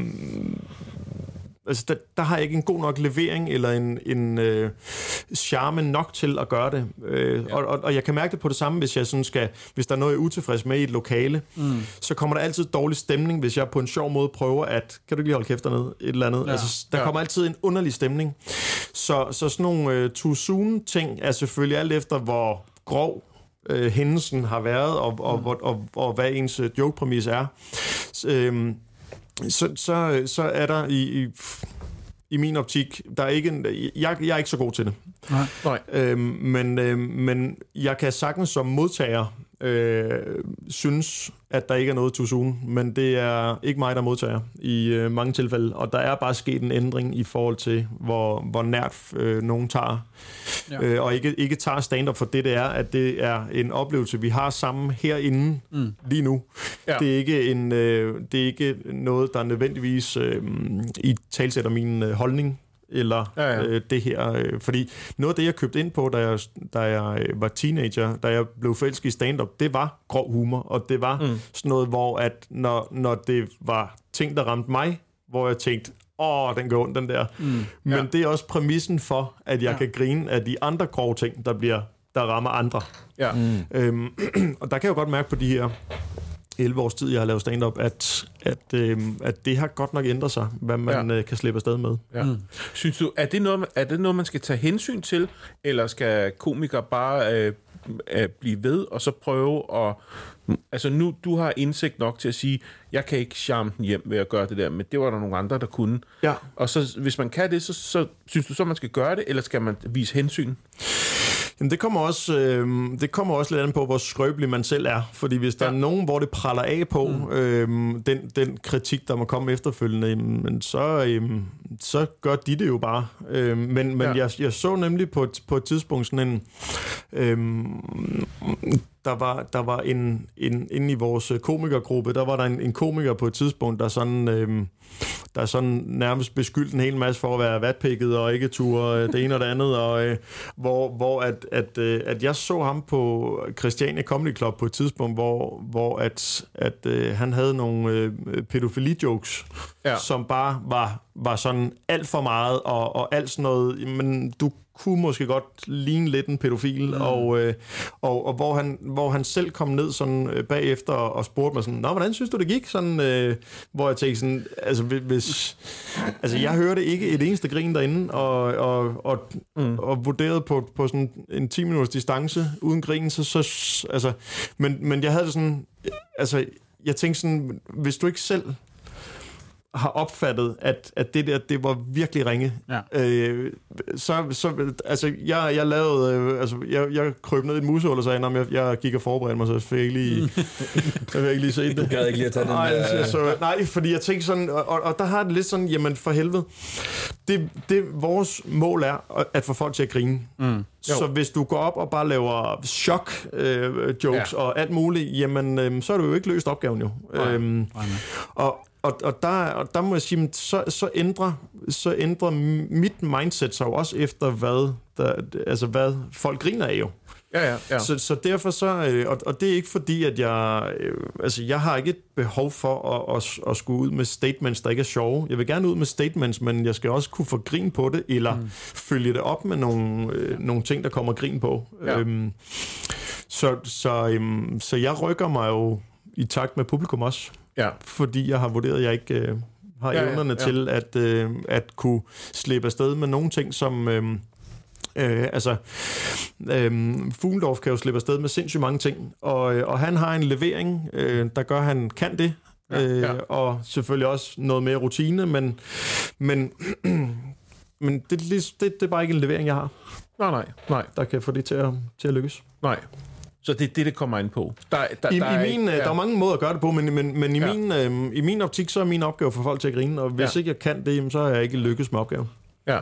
Altså, der, der har jeg ikke en god nok levering eller en, en øh, charme nok til at gøre det. Øh, ja. og, og, og jeg kan mærke det på det samme, hvis jeg sådan skal, hvis der er noget, jeg er utilfreds med i et lokale, mm. så kommer der altid dårlig stemning, hvis jeg på en sjov måde prøver at, kan du ikke lige holde kæft dernede, et eller andet. Ja. Altså, der ja. kommer altid en underlig stemning. Så, så sådan nogle øh, too soon ting er selvfølgelig alt efter, hvor grov øh, hændelsen har været, og, og, mm. og, og, og hvad ens joke-præmis er. Øh, Så, så, så er der i, i, i min optik, der er ikke en, jeg, jeg er ikke så god til det. Nej. Nej. Øhm, men, øhm, men jeg kan sagtens som modtager øh, synes, at der ikke er noget too soon, men det er ikke mig, der modtager i øh, mange tilfælde, og der er bare sket en ændring i forhold til, hvor, hvor nært øh, nogen tager, ja. øh, og ikke, ikke tager stand-up for det, det er, at det er en oplevelse, vi har sammen herinde mm. lige nu. Ja. Det er ikke en, øh, det er ikke noget, der nødvendigvis øh, i talsætter min øh, holdning, eller ja, ja. Øh, det her. Øh, fordi noget af det, jeg købte ind på, da jeg, da jeg var teenager, da jeg blev forelsket i stand-up, det var grov humor, og det var mm. sådan noget, hvor at når, når det var ting, der ramte mig, hvor jeg tænkte, åh, den går ondt, den der. Mm. Men ja. det er også præmissen for, at jeg ja. kan grine af de andre grove ting, der, bliver, der rammer andre. Ja. Mm. Øhm, og der kan jeg jo godt mærke på de her elleve års tid, jeg har lavet stand-up, at, at, øh, at det har godt nok ændret sig, hvad man ja. øh, kan slippe afsted med. Ja. Mm. Synes du, er det, noget, er det noget, man skal tage hensyn til, eller skal komikere bare øh, øh, blive ved, og så prøve at... Altså nu, du har indsigt nok til at sige, jeg kan ikke charme den hjem ved at gøre det der, men det var der nogle andre, der kunne. Ja. Og så, hvis man kan det, så, så synes du så, man skal gøre det, eller skal man vise hensyn? Jamen, det kommer også, øh, det kommer også lidt an på, hvor skrøbelig man selv er. Fordi hvis der ja. er nogen, hvor det praller af på, mm. øh, den, den kritik, der må komme efterfølgende, men så, øh, så gør de det jo bare. Øh, men men ja. jeg, jeg så nemlig på et, på et tidspunkt sådan en... Øh, der var, der var en, en, inde i vores komikergruppe, der var der en, en komiker på et tidspunkt, der sådan, øhm, der sådan nærmest beskyldte en hel masse for at være vatpikket og ikke ture det ene og det andet, og øh, hvor, hvor at, at, øh, at jeg så ham på Christiania Comedy Club på et tidspunkt, hvor, hvor at, at øh, han havde nogle øh, pædofili-jokes, ja. som bare var, var sådan alt for meget, og, og alt sådan noget, men du kunne måske godt ligne lidt en pædofil, mm. og, øh, og, og hvor, han, hvor han selv kom ned sådan øh, bagefter og, og spurgte mig sådan, nå, hvordan synes du, det gik? Sådan, øh, hvor jeg tænkte sådan, altså hvis, altså jeg hørte ikke et eneste grin derinde, og, og, og, mm. og vurderede på, på sådan en ti minutters distance uden grin, så, så altså, men, men jeg havde det sådan, altså, jeg tænkte sådan, hvis du ikke selv har opfattet, at, at det der, det var virkelig ringe. Ja. Øh, så, så, altså, jeg, jeg lavede, øh, altså, jeg, jeg krøb ned i et musehul og sagde, jeg, jeg gik og forberedte mig, så jeg fik ikke lige, jeg fik ikke lige set det. Du gad ikke lige at tage den. Nej, der... så, nej, fordi jeg tænkte sådan, og, og der har det lidt sådan, jamen for helvede, det, det vores mål er, at få folk til at grine. Mm. Så hvis du går op og bare laver chok-jokes øh, ja. og alt muligt, jamen, øh, så er du jo ikke løst opgaven jo. Nej. Øhm, nej, nej. Og Og, og, der, og der må jeg sige, så, så, ændrer, så ændrer mit mindset sig jo også efter, hvad, der, altså, hvad folk griner af jo. Ja, ja, ja. Så, så derfor så, og, og det er ikke fordi, at jeg, altså jeg har ikke et behov for at, at, at skulle ud med statements, der ikke er sjove. Jeg vil gerne ud med statements, men jeg skal også kunne få grin på det, eller mm. følge det op med nogle, øh, nogle ting, der kommer grin på. Ja. Øhm, så, så, øhm, så jeg rykker mig jo i takt med publikum også. Ja. Fordi jeg har vurderet, at jeg ikke øh, har ja, evnerne ja, ja. til at, øh, at kunne slippe afsted med nogle ting, som... Øh, øh, altså, øh, Fuglendorf kan jo slippe afsted med sindssygt mange ting, og, og han har en levering, øh, der gør, at han kan det, ja, øh, ja. og selvfølgelig også noget mere rutine, men, men, men det, det, det er bare ikke en levering, jeg har. Nej, nej, nej. Der kan få det til at, til at lykkes. Nej. Så det er det, det kommer ind på. Der, der, I, der, i er, min, ja. der er mange måder at gøre det på, men, men, men i, ja. min, øh, i min optik, så er min opgave for folk til at grine, og hvis ja. ikke jeg kan det, så har jeg ikke lykkes med opgaven. Ja.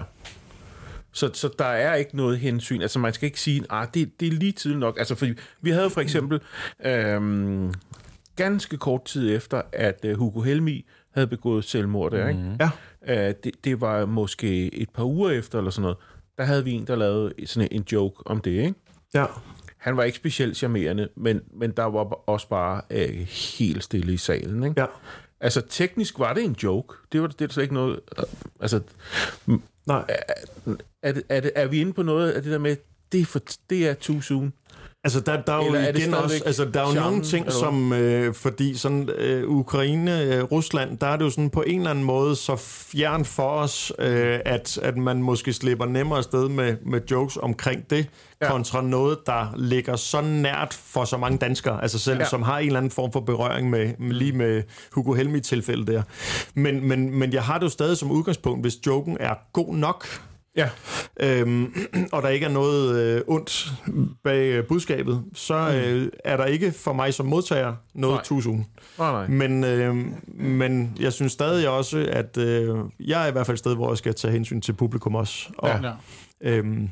Så, så der er ikke noget hensyn. Altså man skal ikke sige, at det, det er lige tidligt nok. Altså fordi vi havde for eksempel øhm, ganske kort tid efter, at uh, Hugo Helmig havde begået selvmord der, ikke? Ja. Uh, det, det var måske et par uger efter, eller sådan noget. Der havde vi en, der lavede sådan en joke om det, ikke? Ja. Han var ikke specielt charmerende, men, men der var også bare øh, helt stille i salen, ikke? Ja. Altså, teknisk var det en joke. Det var det er så ikke noget... Øh, altså... Nej. Er, er, det, er, det, er vi inde på noget af det der med, det er, for, det er too soon? Altså, der, der er jo er igen også, altså, der er jo nogle ting, eller? som, øh, fordi sådan, øh, Ukraine, øh, Rusland, der er det jo sådan på en eller anden måde så fjern for os, øh, at, at man måske slipper nemmere afsted med, med jokes omkring det, ja. kontra noget, der ligger så nært for så mange danskere, altså selv, ja. som har en eller anden form for berøring med, med lige med Hugo Helmig tilfælde der. Men, men, men jeg har det jo stadig som udgangspunkt, hvis joken er god nok, ja. Øhm, og der ikke er noget øh, ondt bag øh, budskabet, så øh, er der ikke for mig som modtager noget tusind. Men, øh, men jeg synes stadig også, at øh, jeg er i hvert fald et sted, hvor jeg skal tage hensyn til publikum også. Og, ja. øhm,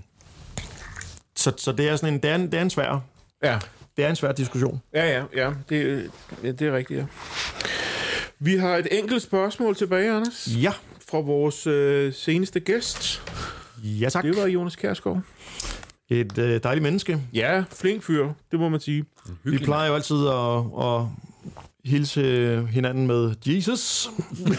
så, så det er sådan en, det er en, det er en svær, ja. det er en svær diskussion. Ja, ja, ja, det, ja, det er rigtigt, ja. Vi har et enkelt spørgsmål tilbage, Anders. Ja. Fra vores øh, seneste gæst. Ja, tak. Det var Jonas Kjærsgaard. Et øh, dejligt menneske. Ja, flink fyr, det må man sige. Vi plejer jo altid at, at hilse hinanden med Jesus.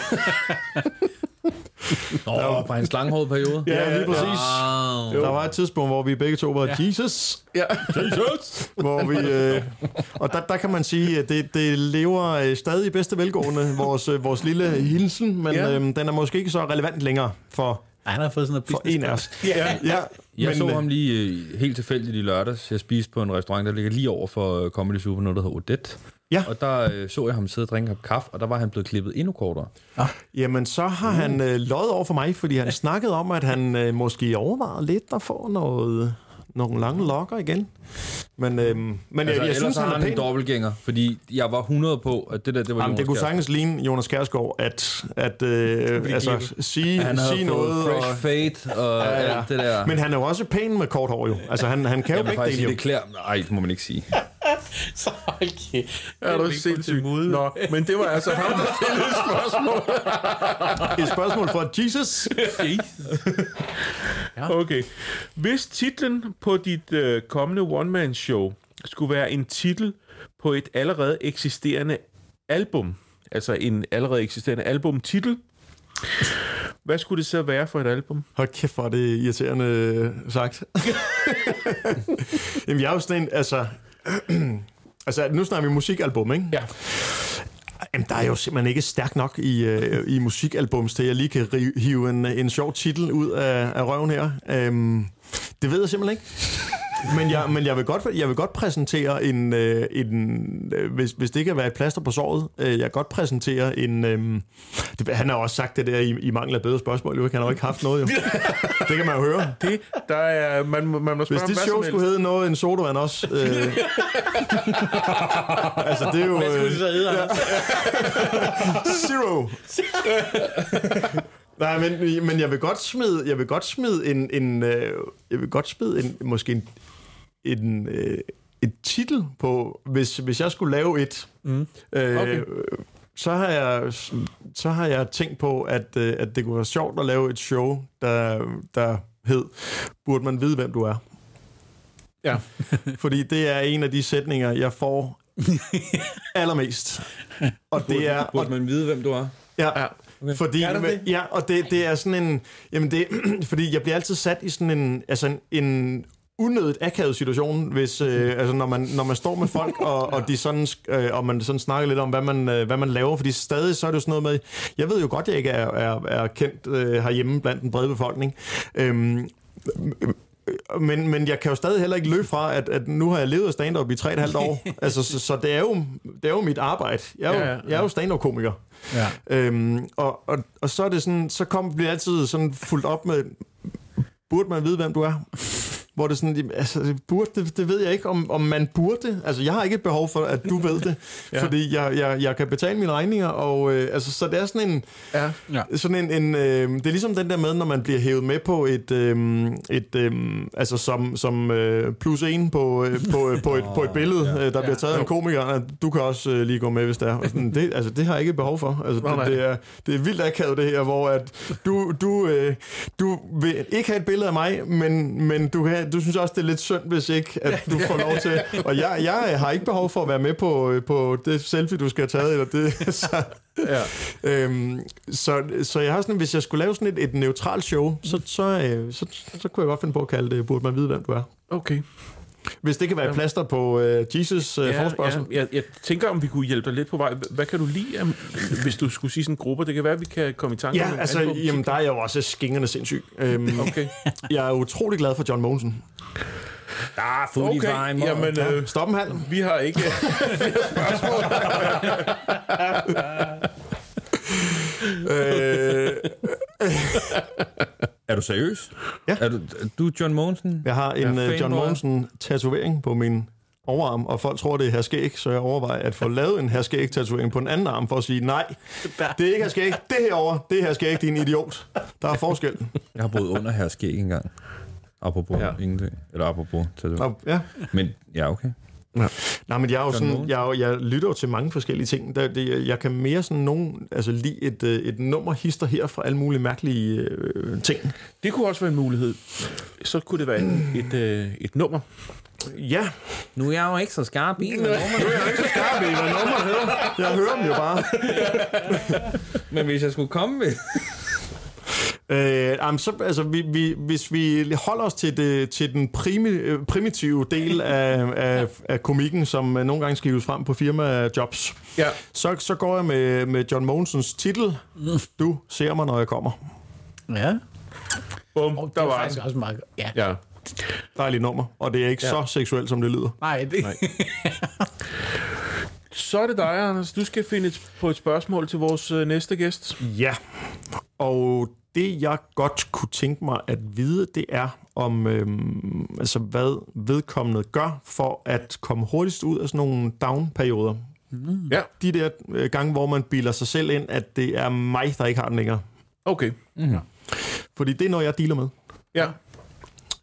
Nå, oh, fra en slanghåret periode. Ja, lige præcis. Wow. Der var et tidspunkt, hvor vi begge to var ja. Jesus. Ja. Jesus! Hvor vi, øh, og der, der kan man sige, at det, det lever stadig i bedste velgående, vores, vores lille hilsen, men ja. øh, den er måske ikke så relevant længere for, Ej, han har fået sådan for en af os. Ja. Ja. Jeg men, så ham lige helt tilfældigt i lørdags. Jeg spiste på en restaurant, der ligger lige over for Comedy Super, noget der hedder Odette. Ja. Og der øh, så jeg ham sidde og drikke en kop kaffe, og der var han blevet klippet endnu kortere. Ja. Jamen, så har mm. han øh, løjet over for mig, fordi han snakkede om, at han øh, måske overvejede lidt at få noget, nogle lange lokker igen. Men, øh, men altså, jeg, jeg synes, han er han en dobbeltgænger, fordi jeg var hundrede på, at det der, det var Jamen, Jonas det kunne sagtens ligne Jonas Kjærsgaard, at, at øh, altså, sige, han sige noget. Fresh og, fade og ja, ja. alt det der. Men han er jo også pæn med kort hår, jo. Altså, han, han kan jo begge dele. Det klæder... Nej, det må man ikke sige. Så okay. Er du sindssygt? Nå, men det var altså ham, der stillede et spørgsmål. Et spørgsmål fra Jesus. Okay. Hvis titlen på dit øh, kommende one-man-show skulle være en titel på et allerede eksisterende album, altså en allerede eksisterende albumtitel, hvad skulle det så være for et album? Hold kæft, hvor er det irriterende sagt. Jamen, jeg er jo sådan en, altså... altså, nu snakker vi musikalbum, ikke? Ja. Jamen, der er jo simpelthen ikke stærk nok i, øh, i musikalbums, til jeg lige kan rive, hive en, en sjov titel ud af, af røven her. Øhm, det ved jeg simpelthen ikke. Men jeg, men jeg vil godt, jeg vil godt præsentere en, øh, en øh, hvis, hvis det kan være et plaster på såret, øh, jeg kan godt præsentere en, øh, det, han har også sagt det der i, i mangel af bedre spørgsmål, jo, han har jo ikke haft noget, jo. Det kan man jo høre. Det, der er, man, man må spørge hvis det show skulle hedde noget, en sodavand også. Øh, altså, det er jo... Hvad skulle det så hedde, ja. Zero. Nej, men, men jeg vil godt smide, jeg vil godt smide en, en øh, jeg vil godt smide en, måske en, en øh, et titel på, hvis, hvis jeg skulle lave et, mm. øh, okay. så har jeg, så har jeg tænkt på, at, øh, at det kunne være sjovt at lave et show, der, der hed, burde man vide, hvem du er? Ja. Fordi det er en af de sætninger, jeg får allermest. Og det er... Burde man vide, hvem du er? Ja, ja. Okay. Fordi, det? Ja, og det, det er sådan en... Jamen det, fordi jeg bliver altid sat i sådan en... Altså en, en unødigt akavet situation, hvis, øh, altså når, man, når man står med folk, og, og, de sådan, øh, og man sådan snakker lidt om, hvad man, øh, hvad man laver, fordi stadig så er det jo sådan noget med... Jeg ved jo godt, jeg ikke er, er, er kendt øh, herhjemme blandt den brede befolkning. Øhm, Men, men jeg kan jo stadig heller ikke løbe fra, at, at nu har jeg levet af stand-up i tre og et halvt år. Altså, så, så det, er jo, det er jo mit arbejde. Jeg er jo, ja, ja, ja. Jeg er jo stand-up-komiker. Ja. Øhm, og, og, og så er det sådan, så kommer bliver altid sådan fuldt op med, burde man vide, hvem du er? Hvor det sådan, altså, burde, det, det ved jeg ikke, om, om man burde. Altså, jeg har ikke et behov for, at du ved det, ja. Fordi jeg, jeg, jeg kan betale mine regninger, og øh, altså, så det er sådan en, ja. sådan en, en øh, det er ligesom den der med, når man bliver hævet med på et, øh, et øh, altså som, som øh, plus en på, øh, på, øh, på, et, på et billede, ja. øh, der bliver taget af en komiker, du kan også øh, lige gå med, hvis det er. Sådan, det, altså, det har jeg ikke et behov for. Altså, det, det, er, det er vildt akavet, det her, hvor at du, du, øh, du vil ikke have et billede af mig, men, men du kan du synes også, det er lidt synd, hvis ikke, at du får lov til... Og jeg, jeg har ikke behov for at være med på, på det selfie, du skal have taget, eller det. Så, ja. øhm, så, så jeg har sådan, hvis jeg skulle lave sådan et, et neutralt show, så, så, øh, så, så, så kunne jeg godt finde på at kalde det, burde man vide, hvem du er. Okay. Hvis det kan være plaster på uh, Jesus uh, ja, forspørgsel. Ja, jeg, jeg tænker, om vi kunne hjælpe dig lidt på vej. Hvad kan du lide, um, hvis du skulle sige sådan en gruppe? Det kan være, at vi kan komme i tanke om. Ja, altså, jamen, der er jeg jo også skingerne sindssyg. Um, okay. Jeg er utrolig glad for John Mogensen. Ah, okay, fine, jamen, ja. øh, stop en halv. Vi har ikke flere spørgsmål. øh, er du seriøs? Ja. Er du, du John Mogensen? Jeg har en uh, John Mogensen-tatovering på min overarm, og folk tror, det er herskæg, så jeg overvejer at få lavet en herskæg-tatovering på en anden arm, for at sige, nej, det er ikke herskæg, det herovre, det er herskæg, din idiot. Der er forskel. Jeg har boet under herskæg engang. Apropos ja. Ingenting. Eller apropos tatovering. Ja. Men, ja, okay. Ja. Nej, men jeg er jo sådan, jeg, jeg lytter jo til mange forskellige ting. Der, det, jeg kan mere sådan nogen, altså lige et, et nummer hister her fra alle mulige mærkelige øh, ting. Det kunne også være en mulighed. Så kunne det være et, et, et, et nummer. Ja. Nu er jeg jo ikke så skarp i, hvad nummer. Nu er jeg ikke så skarp i, hvad nummer hedder. Jeg hører dem jo bare. Men hvis jeg skulle komme med... Øh, så, altså, vi, vi, hvis vi holder os til, det, til den primi, primitive del af, af, af komikken, som nogle gange skrives frem på firmajobs, ja. så, så går jeg med, med John Mogensens titel, Du ser mig, når jeg kommer. Ja. Bum, oh, der var var faktisk også meget. Ja. Ja. Dejligt nummer, og det er ikke ja. så seksuelt, som det lyder. Nej, det Nej. Så er det dig, Anders. Du skal finde et, på et spørgsmål til vores øh, næste gæst. Ja, og det jeg godt kunne tænke mig at vide, det er om øhm, altså hvad vedkommende gør for at komme hurtigst ud af sådan nogle down-perioder. Mm. Ja. De der øh, gange, hvor man bilder sig selv ind, at det er mig, der ikke har den længere. Okay. Mm. Ja. Fordi det er noget, jeg dealer med. Ja.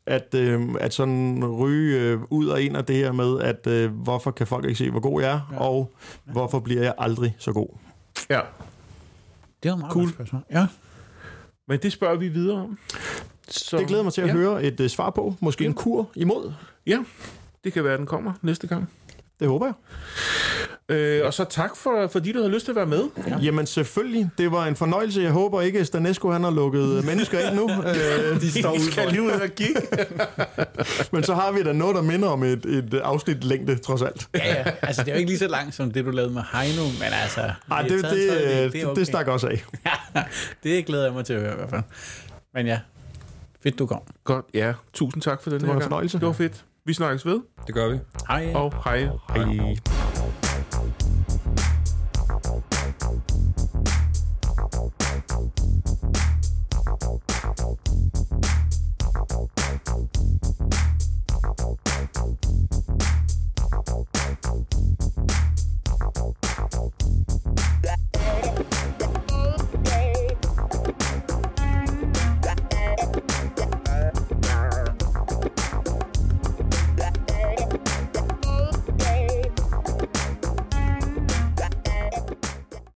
at, øh, at sådan ryge øh, ud og ind af det her med, at øh, hvorfor kan folk ikke se, hvor god jeg er, ja. og hvorfor bliver jeg aldrig så god? Ja. Det var meget cool. Spørgsmål. Ja. Men det spørger vi videre om. Så, det glæder mig til at ja. høre et uh, svar på. Måske ja. en kur imod. Ja, det kan være, den kommer næste gang. Det håber jeg. Øh, og så tak, for, fordi du havde lyst til at være med. Ja. Jamen selvfølgelig. Det var en fornøjelse. Jeg håber ikke, at Stanesco han har lukket mennesker ind nu. øh, De står ud skal lige ud og kigge. Men så har vi da noget, der minder om et, et afsnit længde, trods alt. Ja, ja. Altså, det er jo ikke lige så langt som det, du lavede med Heino, men altså... Ej, det, det, det, det, det, okay. det stak også af. Det glæder jeg mig til at høre i hvert fald. Men ja, fedt du kom. Godt, ja. Tusind tak for den det her var gang. En fornøjelse. Det var fedt. Vi snakkes ved. Det gør vi. Hej. Og hej. Hej.